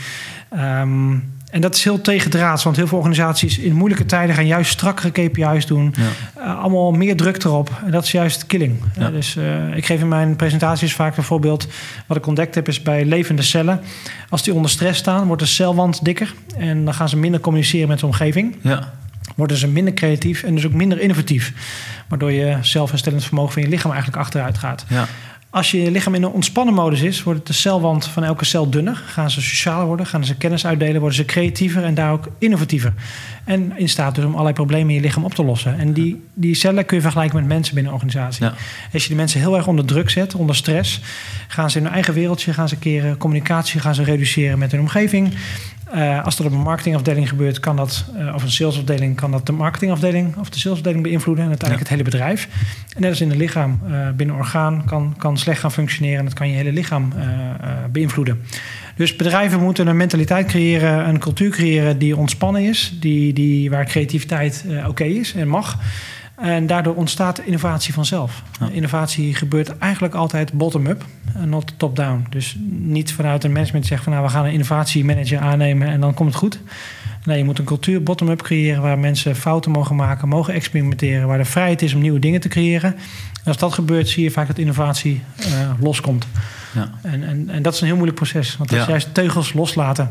Um, en dat is heel tegendraads, want heel veel organisaties in moeilijke tijden gaan juist strakkere K P I's doen. Ja. Uh, allemaal meer druk erop. En dat is juist killing. Ja. Uh, dus uh, ik geef in mijn presentaties vaak een voorbeeld. Wat ik ontdekt heb is bij levende cellen. Als die onder stress staan, wordt de celwand dikker. En dan gaan ze minder communiceren met de omgeving. Ja. Worden ze minder creatief en dus ook minder innovatief. Waardoor je zelfherstellend vermogen van je lichaam eigenlijk achteruit gaat. Ja. Als je lichaam in een ontspannen modus is, wordt de celwand van elke cel dunner. Gaan ze socialer worden, gaan ze kennis uitdelen, worden ze creatiever en daar ook innovatiever. En in staat dus om allerlei problemen in je lichaam op te lossen. En die, die cellen kun je vergelijken met mensen binnen een organisatie. Ja. Als je die mensen heel erg onder druk zet, onder stress, gaan ze in hun eigen wereldje, gaan ze keren communicatie, gaan ze reduceren met hun omgeving. Uh, als dat op een marketingafdeling gebeurt, kan dat, uh, of een salesafdeling, kan dat de marketingafdeling of de salesafdeling beïnvloeden en uiteindelijk ja. het hele bedrijf. En net als in het lichaam, uh, binnen een orgaan kan, kan slecht gaan functioneren en dat kan je hele lichaam uh, uh, beïnvloeden. Dus bedrijven moeten een mentaliteit creëren, een cultuur creëren die ontspannen is, die, die, waar creativiteit uh, oké okay is en mag. En daardoor ontstaat innovatie vanzelf. Ja. Innovatie gebeurt eigenlijk altijd bottom-up en not top-down. Dus niet vanuit een management zegt van nou, we gaan een innovatiemanager aannemen en dan komt het goed. Nee, je moet een cultuur bottom-up creëren waar mensen fouten mogen maken, mogen experimenteren, waar de vrijheid is om nieuwe dingen te creëren. En als dat gebeurt, zie je vaak dat innovatie uh, loskomt. Ja. En, en, en dat is een heel moeilijk proces, want dat is ja. juist teugels loslaten.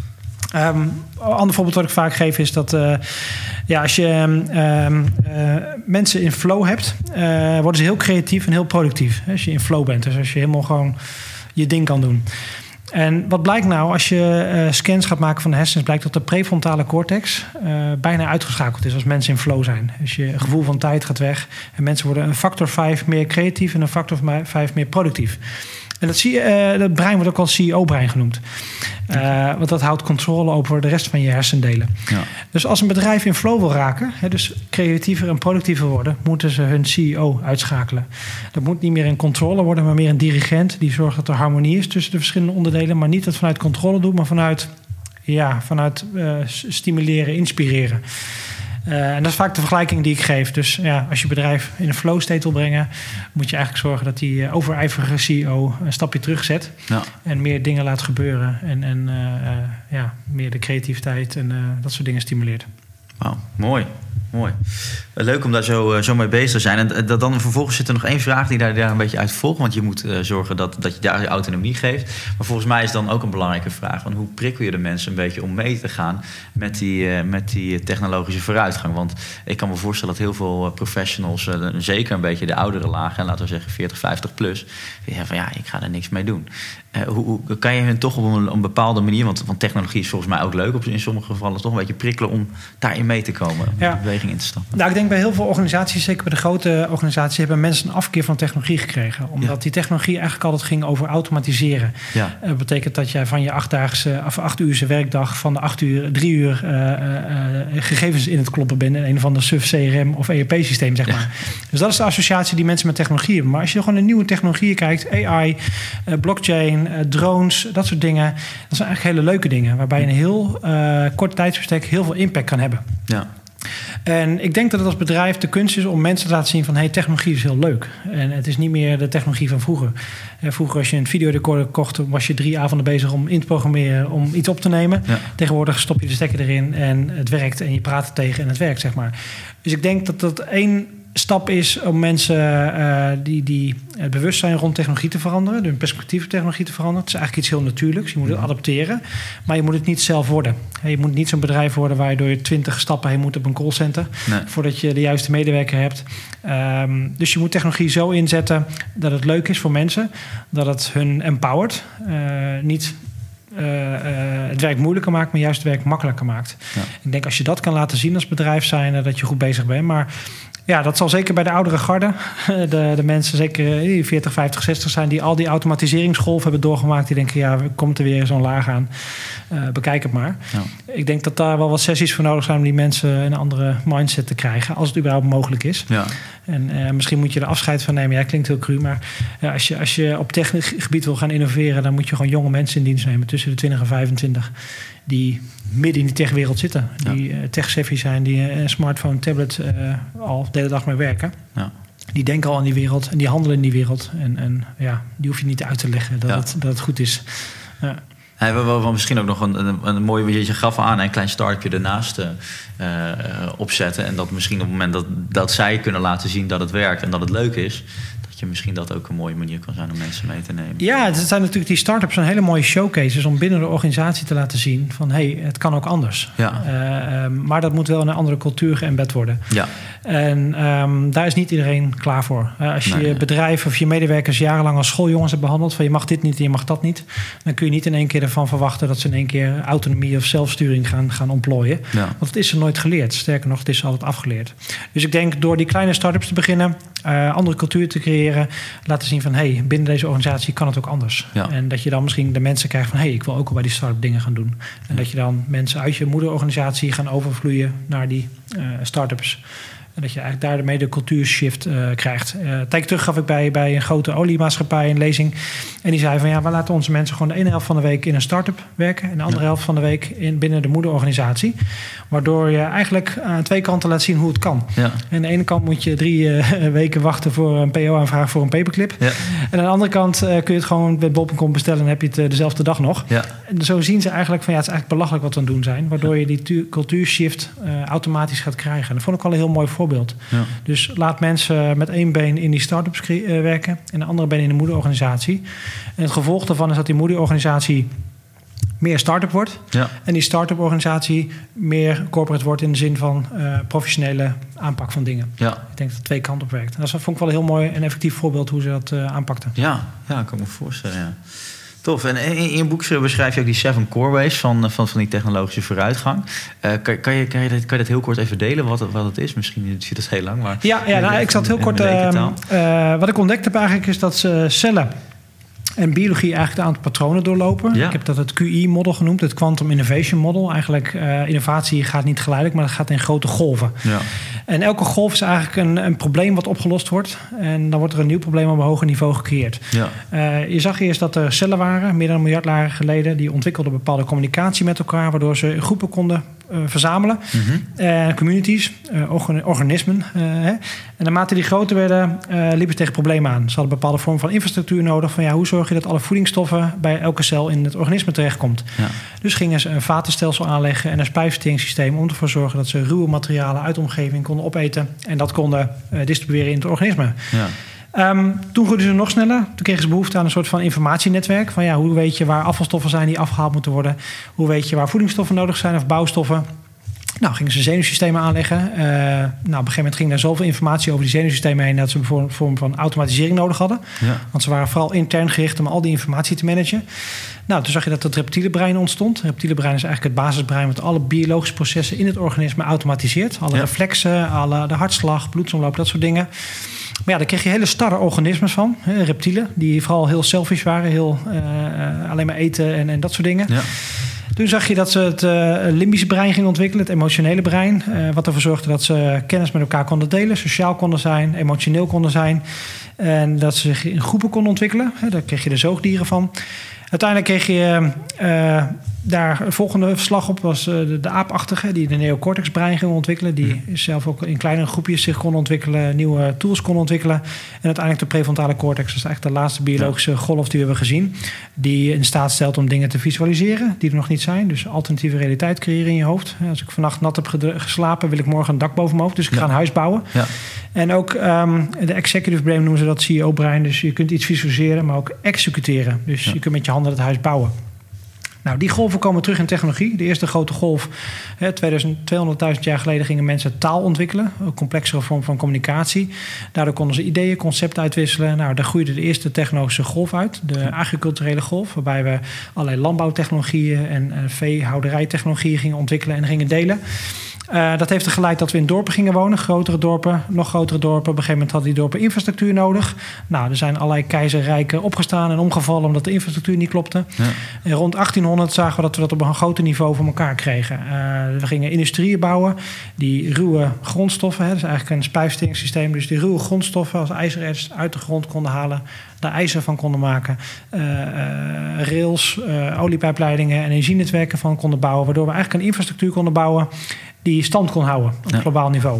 Um, een ander voorbeeld wat ik vaak geef is dat uh, ja, als je um, uh, mensen in flow hebt, uh, worden ze heel creatief en heel productief. Als je in flow bent, dus als je helemaal gewoon je ding kan doen. En wat blijkt nou, als je uh, scans gaat maken van de hersens, blijkt dat de prefrontale cortex uh, bijna uitgeschakeld is als mensen in flow zijn. Dus je gevoel van tijd gaat weg en mensen worden een factor vijf meer creatief en een factor vijf meer productief. En dat, zie je, uh, dat brein wordt ook wel C E O-brein genoemd. Uh, want dat houdt controle over de rest van je hersendelen. Ja. Dus als een bedrijf in flow wil raken, hè, dus creatiever en productiever worden, moeten ze hun C E O uitschakelen. Dat moet niet meer een controller worden, maar meer een dirigent die zorgt dat er harmonie is tussen de verschillende onderdelen, maar niet dat vanuit controle doet, maar vanuit, ja, vanuit uh, stimuleren, inspireren. Uh, en dat is vaak de vergelijking die ik geef. Dus ja, als je bedrijf in een flow state wil brengen, moet je eigenlijk zorgen dat die uh, overijverige C E O een stapje terugzet. Ja. En meer dingen laat gebeuren. En, en uh, uh, ja, meer de creativiteit en uh, dat soort dingen stimuleert. Wauw, mooi. Mooi. Leuk om daar zo, zo mee bezig te zijn. En dat dan vervolgens zit er nog één vraag die daar, daar een beetje uit volgt. Want je moet uh, zorgen dat, dat je daar je autonomie geeft. Maar volgens mij is dan ook een belangrijke vraag. Want hoe prikkel je de mensen een beetje om mee te gaan met die, uh, met die technologische vooruitgang? Want ik kan me voorstellen dat heel veel professionals, uh, zeker een beetje de oudere laag, en laten we zeggen veertig, vijftig plus, die zeggen van ja, ik ga er niks mee doen. Uh, hoe, hoe kan je hen toch op een, een bepaalde manier, want, want technologie is volgens mij ook leuk, op, in sommige gevallen toch een beetje prikkelen om daarin mee te komen, om ja. de beweging in te stappen? Nou, ik denk bij heel veel organisaties, zeker bij de grote organisaties, hebben mensen een afkeer van technologie gekregen. Omdat ja. die technologie eigenlijk altijd ging over automatiseren. Ja. Dat betekent dat jij van je achtdaagse, of acht uurse werkdag van de acht uur, drie uur uh, uh, gegevens in het kloppen bent in een of ander S U F, C R M of E R P-systeem, zeg maar. Ja. Dus dat is de associatie die mensen met technologie hebben. Maar als je gewoon naar nieuwe technologieën kijkt, A I, uh, blockchain, uh, drones, dat soort dingen, dat zijn eigenlijk hele leuke dingen, waarbij je in een heel uh, kort tijdsbestek heel veel impact kan hebben. Ja. En ik denk dat het als bedrijf de kunst is om mensen te laten zien van hey, technologie is heel leuk. En het is niet meer de technologie van vroeger. Vroeger als je een videorecorder kocht, was je drie avonden bezig om in te programmeren, om iets op te nemen. Ja. Tegenwoordig stop je de stekker erin en het werkt en je praat er tegen en het werkt, zeg maar. Dus ik denk dat dat één stap is om mensen uh, die, die het bewustzijn rond technologie te veranderen, hun perspectief op technologie te veranderen. Het is eigenlijk iets heel natuurlijks. Je moet het adapteren, maar je moet het niet zelf worden. Je moet niet zo'n bedrijf worden waar je door je twintig stappen heen moet op een callcenter, nee. voordat je de juiste medewerker hebt. Um, dus je moet technologie zo inzetten dat het leuk is voor mensen, dat het hun empowert, uh, niet Uh, uh, het werk moeilijker maakt, maar juist het werk makkelijker maakt. Ja. Ik denk als je dat kan laten zien als bedrijf zijn, dat je goed bezig bent. Maar ja, dat zal zeker bij de oudere garde, de, de mensen zeker die veertig, vijftig, zestig zijn, die al die automatiseringsgolf hebben doorgemaakt, die denken, ja, komt er weer zo'n laag aan. Uh, bekijk het maar. Ja. Ik denk dat daar wel wat sessies voor nodig zijn om die mensen een andere mindset te krijgen, als het überhaupt mogelijk is. Ja. En uh, misschien moet je er afscheid van nemen. Ja, klinkt heel cru, maar uh, als, je, als je op technisch gebied wil gaan innoveren, dan moet je gewoon jonge mensen in dienst nemen tussen de twintig en vijfentwintig. Die midden in die techwereld zitten. Ja. Die uh, tech-savvy zijn, die uh, een smartphone, tablet uh, al de hele dag mee werken. Ja. Die denken al aan die wereld en die handelen in die wereld. En, en ja, die hoef je niet uit te leggen dat, ja. het, dat het goed is. Ja. Hij hebben wel misschien ook nog een, een, een mooi beetje gaf aan, een klein startje ernaast uh, opzetten. En dat misschien op het moment dat, dat zij kunnen laten zien dat het werkt en dat het leuk is, dat je misschien dat ook een mooie manier kan zijn om mensen mee te nemen. Ja, het zijn natuurlijk die start-ups een hele mooie showcases om binnen de organisatie te laten zien van hé, hey, het kan ook anders. Ja. Uh, um, maar dat moet wel in een andere cultuur geëmbed worden. Ja. En um, daar is niet iedereen klaar voor. Uh, als je nee, je nee. bedrijf of je medewerkers jarenlang als schooljongens hebt behandeld van je mag dit niet en je mag dat niet, dan kun je niet in één keer ervan verwachten dat ze in één keer autonomie of zelfsturing gaan, gaan ontplooien. Ja. Want het is ze nooit geleerd. Sterker nog, het is altijd afgeleerd. Dus ik denk door die kleine start-ups te beginnen, uh, andere cultuur te creëren, laten zien van hé, hey, binnen deze organisatie kan het ook anders. Ja. En dat je dan misschien de mensen krijgt van hé, hey, ik wil ook al bij die start-up dingen gaan doen. En ja. dat je dan mensen uit je moederorganisatie gaan overvloeien naar die uh, start-ups. En dat je eigenlijk daarmee de cultuurshift uh, krijgt. Uh, een tijdje terug gaf ik bij, bij een grote oliemaatschappij een lezing. En die zei van ja, we laten onze mensen gewoon de ene helft van de week in een start-up werken. En de andere ja. helft van de week in, binnen de moederorganisatie. Waardoor je eigenlijk aan twee kanten laat zien hoe het kan. Ja. En aan de ene kant moet je drie uh, weken wachten voor een P O-aanvraag voor een paperclip. Ja. En aan de andere kant uh, kun je het gewoon bij bol punt com bestellen en heb je het uh, dezelfde dag nog. Ja. En zo zien ze eigenlijk van ja, het is eigenlijk belachelijk wat we aan het doen zijn. Waardoor ja. je die tu- cultuurshift uh, automatisch gaat krijgen. En dat vond ik al een heel mooi voorbeeld. Ja. Dus laat mensen met één been in die start-ups uh, werken en de andere been in de moederorganisatie. En het gevolg daarvan is dat die moederorganisatie meer start-up wordt. Ja. En die start-up organisatie meer corporate wordt in de zin van uh, professionele aanpak van dingen. Ja. Ik denk dat het twee kanten op werkt. En dat vond ik wel een heel mooi en effectief voorbeeld hoe ze dat uh, aanpakten. Ja, ja, ik kan me voorstellen, ja. Tof. En in je boek beschrijf je ook die seven core ways van, van, van die technologische vooruitgang. Uh, kan, kan, je, kan, je dat, kan je dat heel kort even delen, wat, wat het is? Misschien duurt het heel lang, maar... Ja, ja nou, ik zat heel kort... Uh, uh, wat ik ontdekt heb eigenlijk is dat uh, cellen en biologie eigenlijk een aantal patronen doorlopen. Ja. Ik heb dat het Q I-model genoemd, het Quantum Innovation Model. Eigenlijk, uh, innovatie gaat niet geleidelijk, maar het gaat in grote golven. Ja. En elke golf is eigenlijk een, een probleem wat opgelost wordt. En dan wordt er een nieuw probleem op een hoger niveau gecreëerd. Ja. Uh, je zag eerst dat er cellen waren, meer dan een miljard jaren geleden. Die ontwikkelden bepaalde communicatie met elkaar, waardoor ze groepen konden uh, verzamelen. Mm-hmm. Uh, communities, uh, organ- organismen. Uh, hè. En naarmate die groter werden, uh, liepen ze tegen problemen aan. Ze hadden een bepaalde vorm van infrastructuur nodig. Van ja, hoe zorg je dat alle voedingsstoffen bij elke cel in het organisme terechtkomt? Ja. Dus gingen ze een vatenstelsel aanleggen en een spijsverteringssysteem om ervoor te zorgen dat ze ruwe materialen uit de omgeving konden opeten en dat konden uh, distribueren in het organisme. Ja. Um, toen groeiden ze nog sneller. Toen kregen ze behoefte aan een soort van informatienetwerk. Van ja, hoe weet je waar afvalstoffen zijn die afgehaald moeten worden? Hoe weet je waar voedingsstoffen nodig zijn of bouwstoffen? Nou, gingen ze zenuwsystemen aanleggen. Uh, nou, op een gegeven moment ging er zoveel informatie over die zenuwsystemen heen dat ze een vorm van automatisering nodig hadden. Ja. Want ze waren vooral intern gericht om al die informatie te managen. Nou, toen zag je dat het reptiele brein ontstond. Het reptiele brein is eigenlijk het basisbrein wat alle biologische processen in het organisme automatiseert. Alle ja. reflexen, alle, de hartslag, bloedsomloop, dat soort dingen. Maar ja, daar kreeg je hele starre organismen van. Hè, reptielen, die vooral heel selfish waren. Heel uh, alleen maar eten en, en dat soort dingen. Ja. Toen zag je dat ze het uh, limbische brein gingen ontwikkelen, het emotionele brein. Uh, wat ervoor zorgde dat ze kennis met elkaar konden delen, sociaal konden zijn, emotioneel konden zijn. En dat ze zich in groepen konden ontwikkelen. Hè, daar kreeg je de zoogdieren van. Uiteindelijk kreeg je uh, daar een volgende verslag op, was uh, de, de aapachtige, die de neocortexbrein ging ontwikkelen. Die zelf ook in kleinere groepjes zich kon ontwikkelen, nieuwe tools kon ontwikkelen. En uiteindelijk de prefrontale cortex, dat is eigenlijk de laatste biologische ja. golf die we hebben gezien. Die in staat stelt om dingen te visualiseren die er nog niet zijn. Dus alternatieve realiteit creëren in je hoofd. Als ik vannacht nat heb geslapen, wil ik morgen een dak boven mijn hoofd. Dus ik ja. ga een huis bouwen. Ja. En ook um, de executive brain noemen ze dat C E O-brein. Dus je kunt iets visualiseren, maar ook executeren. Dus ja. je kunt met je handen het huis bouwen. Nou, die golven komen terug in technologie. De eerste grote golf, hè, tweehonderdduizend jaar geleden gingen mensen taal ontwikkelen. Een complexere vorm van communicatie. Daardoor konden ze ideeën, concepten uitwisselen. Nou, daar groeide de eerste technologische golf uit. De agriculturele golf, waarbij we allerlei landbouwtechnologieën en uh, veehouderijtechnologieën gingen ontwikkelen en gingen delen. Uh, dat heeft er geleid dat we in dorpen gingen wonen. Grotere dorpen, nog grotere dorpen. Op een gegeven moment hadden die dorpen infrastructuur nodig. Nou, er zijn allerlei keizerrijken opgestaan en omgevallen omdat de infrastructuur niet klopte. Ja. En rond achttienhonderd zagen we dat we dat op een groter niveau voor elkaar kregen. Uh, we gingen industrieën bouwen die ruwe grondstoffen, hè, dat is eigenlijk een spijfsteringssysteem, dus die ruwe grondstoffen als ijzererts uit de grond konden halen, daar ijzer van konden maken, uh, uh, rails, uh, oliepijpleidingen en energienetwerken van konden bouwen, waardoor we eigenlijk een infrastructuur konden bouwen die stand kon houden op ja. globaal niveau.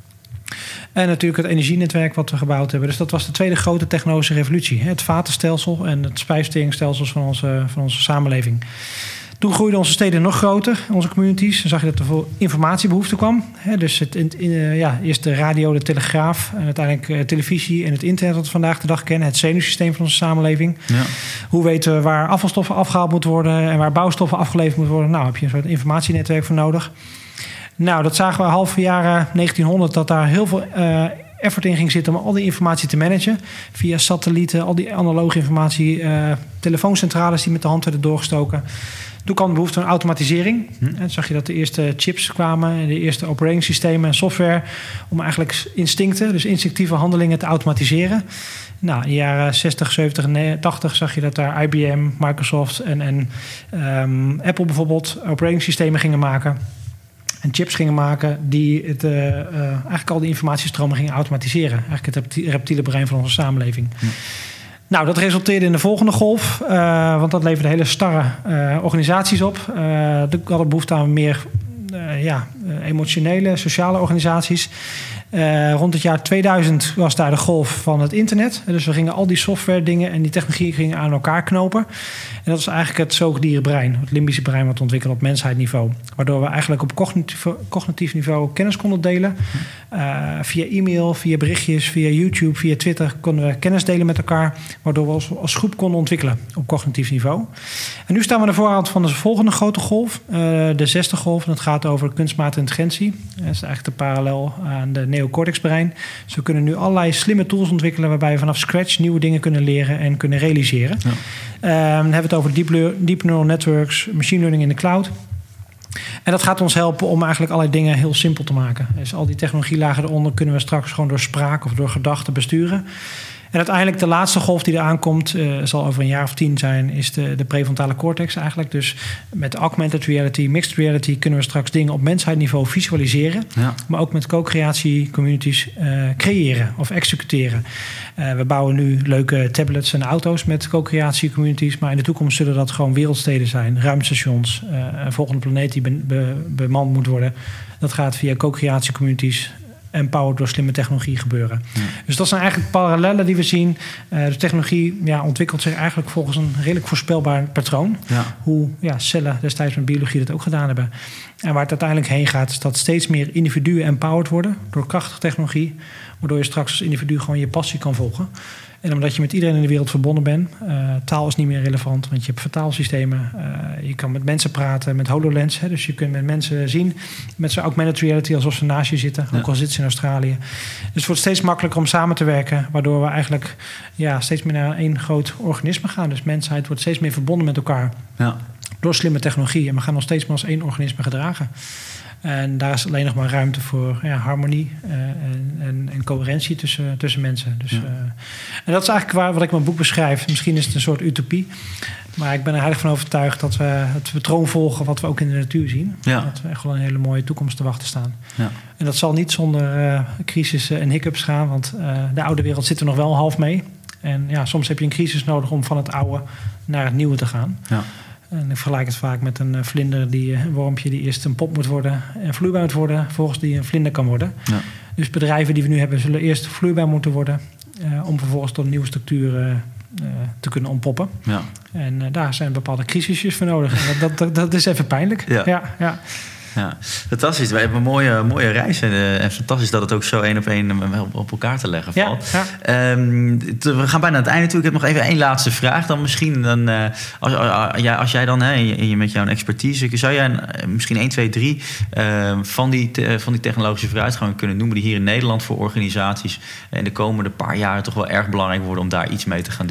En natuurlijk het energienetwerk wat we gebouwd hebben. Dus dat was de tweede grote technologische revolutie. Het vatenstelsel en het spijsverteringsstelsels van onze, van onze samenleving. Toen groeiden onze steden nog groter, onze communities. Dan zag je dat er veel informatiebehoefte kwam. Dus het, in, in, ja, eerst de radio, de telegraaf en uiteindelijk uh, televisie en het internet wat we vandaag de dag kennen. Het zenuwsysteem van onze samenleving. Ja. Hoe weten we waar afvalstoffen afgehaald moeten worden en waar bouwstoffen afgeleverd moeten worden? Nou, heb je een soort informatienetwerk voor nodig. Nou, dat zagen we half jaren negentienhonderd dat daar heel veel uh, effort in ging zitten om al die informatie te managen. Via satellieten, al die analoge informatie, uh, telefooncentrales die met de hand werden doorgestoken. Toen kwam de behoefte aan automatisering. Hm. En toen zag je dat de eerste chips kwamen en de eerste operatingsystemen en software om eigenlijk instincten, dus instinctieve handelingen te automatiseren. Nou, in de jaren zestig, zeventig en tachtig zag je dat daar I B M, Microsoft en, en um, Apple bijvoorbeeld operatingsystemen gingen maken. En chips gingen maken die het, uh, uh, eigenlijk al die informatiestromen gingen automatiseren. Eigenlijk het reptiele brein van onze samenleving. Ja. Nou, dat resulteerde in de volgende golf. Uh, want dat leverde hele starre uh, organisaties op. Uh, we hadden behoefte aan meer uh, ja, emotionele, sociale organisaties. Uh, rond het jaar tweeduizend was daar de golf van het internet. Dus we gingen al die software dingen en die technologie gingen aan elkaar knopen. En dat is eigenlijk het zoogdierenbrein, het limbische brein wat ontwikkeld op mensheidniveau. Waardoor we eigenlijk op cognitief, cognitief niveau kennis konden delen. Uh, via e-mail, via berichtjes, via YouTube, via Twitter konden we kennis delen met elkaar. Waardoor we als, als groep konden ontwikkelen op cognitief niveau. En nu staan we aan de voorhand van de volgende grote golf. Uh, de zesde golf. En dat gaat over kunstmatige intelligentie. Dat is eigenlijk de parallel aan de neocortexbrein. Dus we kunnen nu allerlei slimme tools ontwikkelen waarbij we vanaf scratch nieuwe dingen kunnen leren en kunnen realiseren. Ja. Um, dan hebben we het over deep, deep neural networks, machine learning in de cloud. En dat gaat ons helpen om eigenlijk allerlei dingen heel simpel te maken. Dus al die technologielagen eronder kunnen we straks gewoon door spraak of door gedachten besturen. En uiteindelijk de laatste golf die er aankomt, uh, zal over een jaar of tien zijn, is de, de prefrontale cortex eigenlijk. Dus met augmented reality, mixed reality kunnen we straks dingen op mensheidniveau visualiseren. Ja. Maar ook met co-creatie communities uh, creëren of executeren. Uh, we bouwen nu leuke tablets en auto's met co-creatie communities. Maar in de toekomst zullen dat gewoon wereldsteden zijn, ruimtestations, uh, een volgende planeet die be, be, bemand moet worden. Dat gaat via co-creatie communities empowered door slimme technologie gebeuren. Ja. Dus dat zijn eigenlijk parallellen die we zien. Uh, de technologie ja, ontwikkelt zich eigenlijk volgens een redelijk voorspelbaar patroon. Ja. Hoe ja, cellen destijds met biologie dat ook gedaan hebben. En waar het uiteindelijk heen gaat, is dat steeds meer individuen empowered worden door krachtige technologie. Waardoor je straks als individu gewoon je passie kan volgen. En omdat je met iedereen in de wereld verbonden bent. Uh, taal is niet meer relevant, want je hebt vertaalsystemen. Uh, je kan met mensen praten met HoloLens. Hè, dus je kunt met mensen zien. Met zo'n augmented reality alsof ze naast je zitten. Ja. Ook al zitten ze in Australië. Dus het wordt steeds makkelijker om samen te werken. Waardoor we eigenlijk ja, steeds meer naar één groot organisme gaan. Dus mensheid wordt steeds meer verbonden met elkaar. Ja. Door slimme technologie. En we gaan nog steeds maar als één organisme gedragen. En daar is alleen nog maar ruimte voor ja, harmonie uh, en, en, en coherentie tussen, tussen mensen. Dus, ja. uh, en dat is eigenlijk waar, wat ik in mijn boek beschrijf. Misschien is het een soort utopie. Maar ik ben er heilig van overtuigd dat we het patroon volgen wat we ook in de natuur zien. Ja. Dat we echt wel een hele mooie toekomst te wachten staan. Ja. En dat zal niet zonder uh, crisissen en hiccups gaan. Want uh, de oude wereld zit er nog wel half mee. En ja, soms heb je een crisis nodig om van het oude naar het nieuwe te gaan. Ja. En ik vergelijk het vaak met een vlinder, die, een wormpje die eerst een pop moet worden en vloeibaar moet worden, vervolgens die een vlinder kan worden. Ja. Dus bedrijven die we nu hebben, zullen eerst vloeibaar moeten worden, uh, om vervolgens tot nieuwe structuren uh, te kunnen ontpoppen. Ja. En uh, daar zijn bepaalde crisisjes voor nodig. En dat, dat, dat is even pijnlijk. Ja. Ja, ja. Ja, fantastisch. We hebben een mooie, mooie reis. En, uh, en fantastisch dat het ook zo één op één op, op elkaar te leggen valt. Ja, ja. Um, te, we gaan bijna aan het einde toe. Ik heb nog even één laatste vraag. Dan misschien, dan, uh, als, uh, als jij dan hè, je, met jouw expertise, zou jij uh, misschien één, twee, drie uh, van, die te, van die technologische vooruitgangen kunnen noemen die hier in Nederland voor organisaties in de komende paar jaren toch wel erg belangrijk worden om daar iets mee te gaan doen?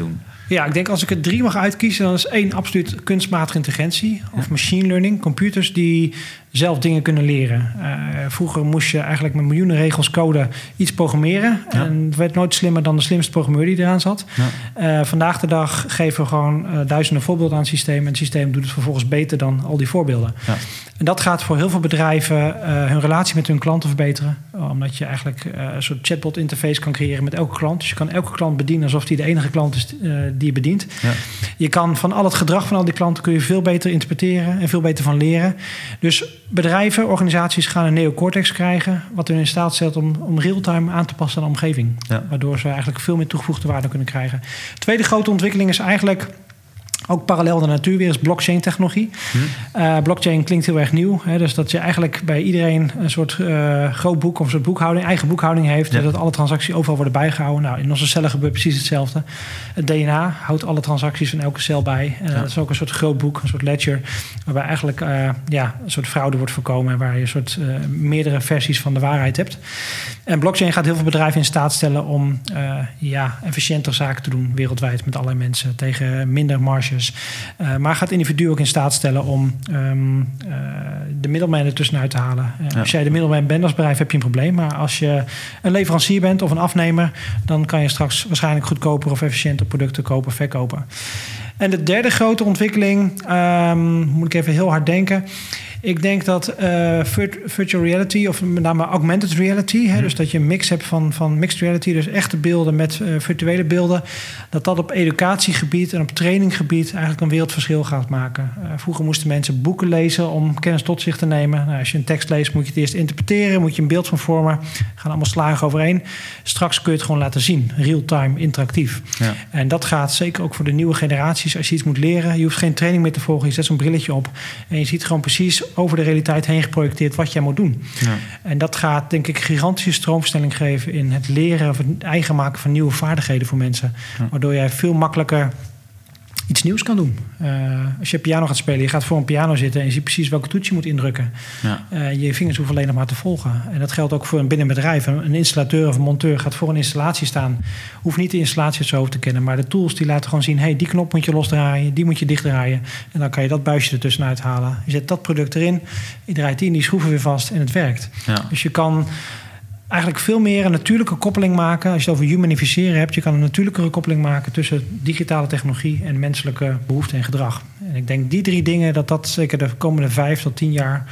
Ja, ik denk als ik er drie mag uitkiezen, dan is één absoluut kunstmatige intelligentie of Ja. machine learning. Computers die zelf dingen kunnen leren. Uh, vroeger moest je eigenlijk met miljoenen regels code iets programmeren. Ja. En het werd nooit slimmer dan de slimste programmeur die eraan zat. Ja. Uh, vandaag de dag geven we gewoon uh, duizenden voorbeelden aan het systeem. En het systeem doet het vervolgens beter dan al die voorbeelden. Ja. En dat gaat voor heel veel bedrijven uh, hun relatie met hun klanten verbeteren. Omdat je eigenlijk uh, een soort chatbot interface kan creëren met elke klant. Dus je kan elke klant bedienen alsof die de enige klant is uh, die je bedient. Ja. Je kan van al het gedrag van al die klanten kun je veel beter interpreteren en veel beter van leren. Dus bedrijven, organisaties gaan een neocortex krijgen, wat hun in staat stelt om, om real-time aan te passen aan de omgeving. Ja. Waardoor ze eigenlijk veel meer toegevoegde waarde kunnen krijgen. Tweede grote ontwikkeling is eigenlijk ook parallel de natuur weer is blockchain-technologie. Hm. Uh, blockchain klinkt heel erg nieuw. Hè, dus dat je eigenlijk bij iedereen een soort uh, groot boek of een soort boekhouding, eigen boekhouding heeft. Ja. Dat alle transacties overal worden bijgehouden. Nou, in onze cellen gebeurt precies hetzelfde. Het D N A houdt alle transacties van elke cel bij. Uh, ja. Dat is ook een soort groot boek, een soort ledger, waarbij eigenlijk uh, ja, een soort fraude wordt voorkomen en waar je een soort uh, meerdere versies van de waarheid hebt. En blockchain gaat heel veel bedrijven in staat stellen om uh, ja, efficiënter zaken te doen wereldwijd met allerlei mensen tegen minder marges. Uh, maar gaat individu ook in staat stellen om um, uh, de middelman ertussenuit te halen. Uh, ja. Als jij de middelman bent als bedrijf heb je een probleem. Maar als je een leverancier bent of een afnemer, dan kan je straks waarschijnlijk goedkoper of efficiënter producten kopen, verkopen. En de derde grote ontwikkeling, um, moet ik even heel hard denken. Ik denk dat uh, virtual reality, of met name augmented reality, hè, dus dat je een mix hebt van, van mixed reality, dus echte beelden met uh, virtuele beelden, dat dat op educatiegebied en op traininggebied eigenlijk een wereldverschil gaat maken. Uh, vroeger moesten mensen boeken lezen om kennis tot zich te nemen. Nou, als je een tekst leest, moet je het eerst interpreteren, moet je een beeld van vormen. Gaan allemaal slagen overeen. Straks kun je het gewoon laten zien, real-time, interactief. Ja. En dat gaat zeker ook voor de nieuwe generaties. Als je iets moet leren, je hoeft geen training meer te volgen, je zet zo'n brilletje op en je ziet gewoon precies over de realiteit heen geprojecteerd wat jij moet doen. Ja. En dat gaat, denk ik, gigantische stroomversnelling geven in het leren of het eigen maken van nieuwe vaardigheden voor mensen. Ja. Waardoor jij veel makkelijker iets nieuws kan doen. Uh, als je piano gaat spelen, je gaat voor een piano zitten en je ziet precies welke toets je moet indrukken. Ja. Uh, je vingers hoeven alleen nog maar te volgen. En dat geldt ook voor een binnenbedrijf. Een installateur of een monteur gaat voor een installatie staan. Hoeft niet de installatie uit zijn hoofd te kennen, maar de tools die laten gewoon zien, hey, die knop moet je losdraaien, die moet je dichtdraaien. En dan kan je dat buisje ertussenuit halen. Je zet dat product erin, je draait die in die schroeven weer vast en het werkt. Ja. Dus je kan eigenlijk veel meer een natuurlijke koppeling maken. Als je het over humanificeren hebt, je kan een natuurlijkere koppeling maken tussen digitale technologie en menselijke behoeften en gedrag. En ik denk die drie dingen, dat dat zeker de komende vijf tot tien jaar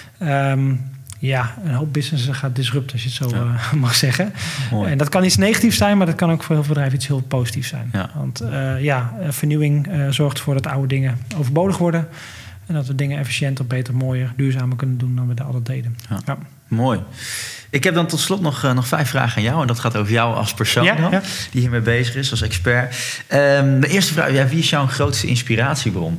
um, ja, een hoop businessen gaat disrupten, als je het zo ja. uh, mag zeggen. Mooi. En dat kan iets negatiefs zijn, maar dat kan ook voor heel veel bedrijven iets heel positiefs zijn. Ja. Want uh, ja, vernieuwing uh, zorgt ervoor dat oude dingen overbodig worden. En dat we dingen efficiënter, beter, mooier, duurzamer kunnen doen dan we dat altijd deden. Ja. Ja. Mooi. Ik heb dan tot slot nog, uh, nog vijf vragen aan jou. En dat gaat over jou als persoon ja, dan, ja. die hiermee bezig is, als expert. Um, de eerste vraag, ja, wie is jouw grootste inspiratiebron?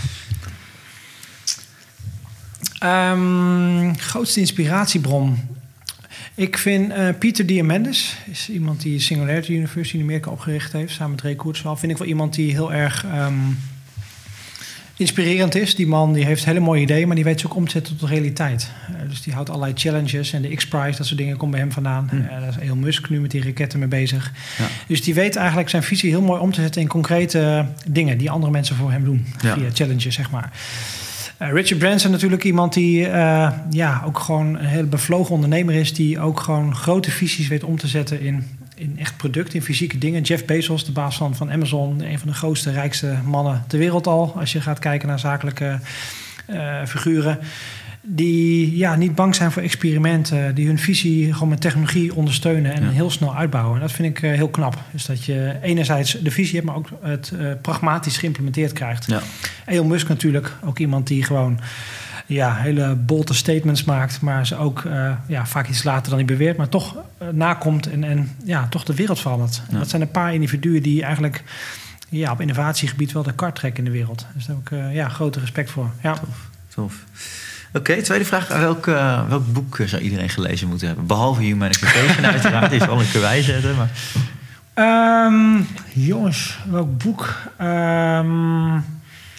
Um, grootste inspiratiebron? Ik vind uh, Pieter Diamandis, is iemand die Singularity University in Amerika opgericht heeft, samen met Ray Kurzweil. Vind ik wel iemand die heel erg um, inspirerend is. Die man die heeft hele mooie ideeën, maar die weet ze ook om te zetten tot de realiteit. Uh, dus die houdt allerlei challenges en de X-Prize, dat soort dingen, komt bij hem vandaan. Hmm. Uh, daar is Elon Musk nu met die raketten mee bezig. Ja. Dus die weet eigenlijk zijn visie heel mooi om te zetten in concrete dingen die andere mensen voor hem doen. Ja. Via challenges, zeg maar. Uh, Richard Branson natuurlijk iemand die uh, ja, ook gewoon een hele bevlogen ondernemer is, die ook gewoon grote visies weet om te zetten in, in echt producten, in fysieke dingen. Jeff Bezos, de baas van, van Amazon, een van de grootste, rijkste mannen ter wereld al, als je gaat kijken naar zakelijke uh, figuren. Die ja, niet bang zijn voor experimenten, die hun visie gewoon met technologie ondersteunen en ja. heel snel uitbouwen. En dat vind ik uh, heel knap. Dus dat je enerzijds de visie hebt, maar ook het uh, pragmatisch geïmplementeerd krijgt. Ja. Elon Musk natuurlijk, ook iemand die gewoon ja, hele bolte statements maakt, maar ze ook uh, ja, vaak iets later dan hij beweert, maar toch uh, nakomt en, en ja, toch de wereld verandert. Ja. Dat zijn een paar individuen die eigenlijk ja, op innovatiegebied wel de kar trekken in de wereld. Dus daar heb ik uh, ja, grote respect voor. Ja. Tof, tof. Oké, okay, tweede vraag. Welk, uh, welk boek zou iedereen gelezen moeten hebben? Behalve Humanification uiteraard, die zal ik erbij zetten. Maar... Um, jongens, welk boek? Um,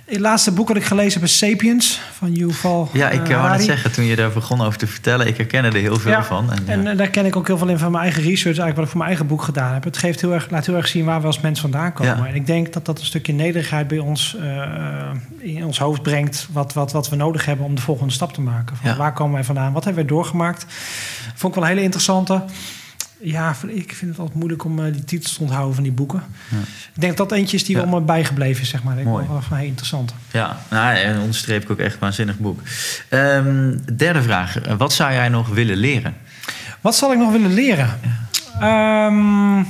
Het laatste boek dat ik gelezen heb is Sapiens van Yuval Ja, ik uh, wou net zeggen, toen je daar begon over te vertellen... ik herkende er heel veel ja, van. En, en ja. uh, daar ken ik ook heel veel in van mijn eigen research... eigenlijk wat ik voor mijn eigen boek gedaan heb. Het geeft heel erg, laat heel erg zien waar we als mensen vandaan komen. Ja. En ik denk dat dat een stukje nederigheid bij ons uh, in ons hoofd brengt... Wat, wat, wat we nodig hebben om de volgende stap te maken. Van, ja. Waar komen wij vandaan? Wat hebben wij doorgemaakt? Vond ik wel een hele interessante... Ja, ik vind het altijd moeilijk om uh, die titels te onthouden van die boeken. Ja. Ik denk dat dat eentje is die ja. wel me bijgebleven is, zeg maar. Ik Mooi. Wel van, hey, interessant. Ja, nou, en onderstreep ik ook echt een waanzinnig boek. Um, derde vraag. Wat zou jij nog willen leren? Wat zal ik nog willen leren? Ja, um,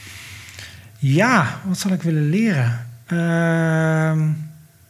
ja wat zal ik willen leren? Um,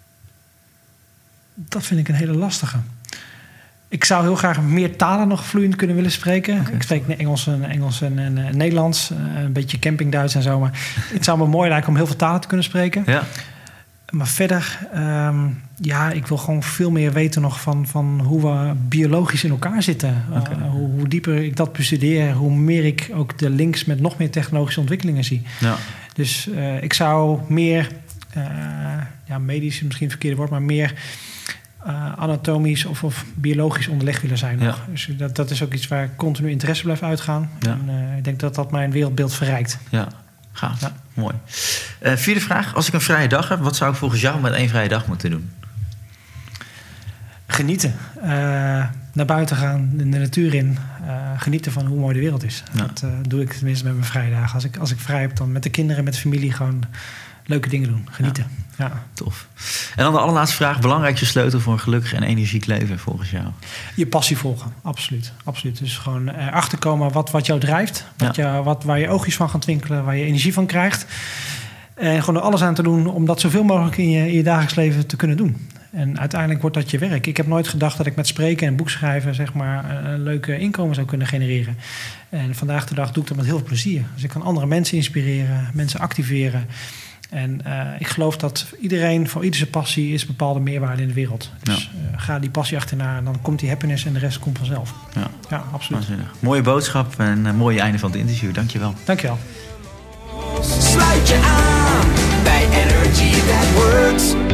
dat vind ik een hele lastige. Ik zou heel graag meer talen nog vloeiend kunnen willen spreken. Okay. Ik spreek Engels en, Engels en, en, en Nederlands. Een beetje campingduits en zo. Maar het zou me mooi lijken om heel veel talen te kunnen spreken. Ja. Maar verder, um, ja, ik wil gewoon veel meer weten nog van, van hoe we biologisch in elkaar zitten. Okay. Uh, hoe, hoe dieper ik dat bestudeer, hoe meer ik ook de links met nog meer technologische ontwikkelingen zie. Ja. Dus uh, ik zou meer, uh, ja, medisch misschien het verkeerde woord, maar meer... Uh, anatomisch of, of biologisch onderlegd willen zijn. Ja. Dus dat, dat is ook iets waar ik continu interesse blijft uitgaan. Ja. En uh, ik denk dat dat mijn wereldbeeld verrijkt. Ja, gaaf. Ja. Mooi. Uh, vierde vraag. Als ik een vrije dag heb, wat zou ik volgens jou met één vrije dag moeten doen? Genieten. Uh, naar buiten gaan, de natuur in. Uh, genieten van hoe mooi de wereld is. Ja. Dat uh, doe ik tenminste met mijn vrije dagen. Als ik, als ik vrij heb, dan met de kinderen, met de familie gewoon leuke dingen doen. Genieten. Ja. Ja. Tof. En dan de allerlaatste vraag. Belangrijkste sleutel voor een gelukkig en energiek leven volgens jou? Je passie volgen. Absoluut. Absoluut. Dus gewoon erachter komen wat, wat jou drijft. Wat ja. jou, wat, waar je oogjes van gaan twinkelen. Waar je energie van krijgt. En gewoon er alles aan te doen om dat zoveel mogelijk in je, in je dagelijks leven te kunnen doen. En uiteindelijk wordt dat je werk. Ik heb nooit gedacht dat ik met spreken en boekschrijven zeg maar, een leuke inkomen zou kunnen genereren. En vandaag de dag doe ik dat met heel veel plezier. Dus ik kan andere mensen inspireren, mensen activeren. En uh, ik geloof dat iedereen, voor ieder zijn passie, is een bepaalde meerwaarde in de wereld. Dus ja. uh, ga die passie achterna en dan komt die happiness en de rest komt vanzelf. Ja, ja absoluut. Waanzinnig. Mooie boodschap en een mooie einde van het interview. Dankjewel. Dankjewel. Sluit je aan bij Energy That Works.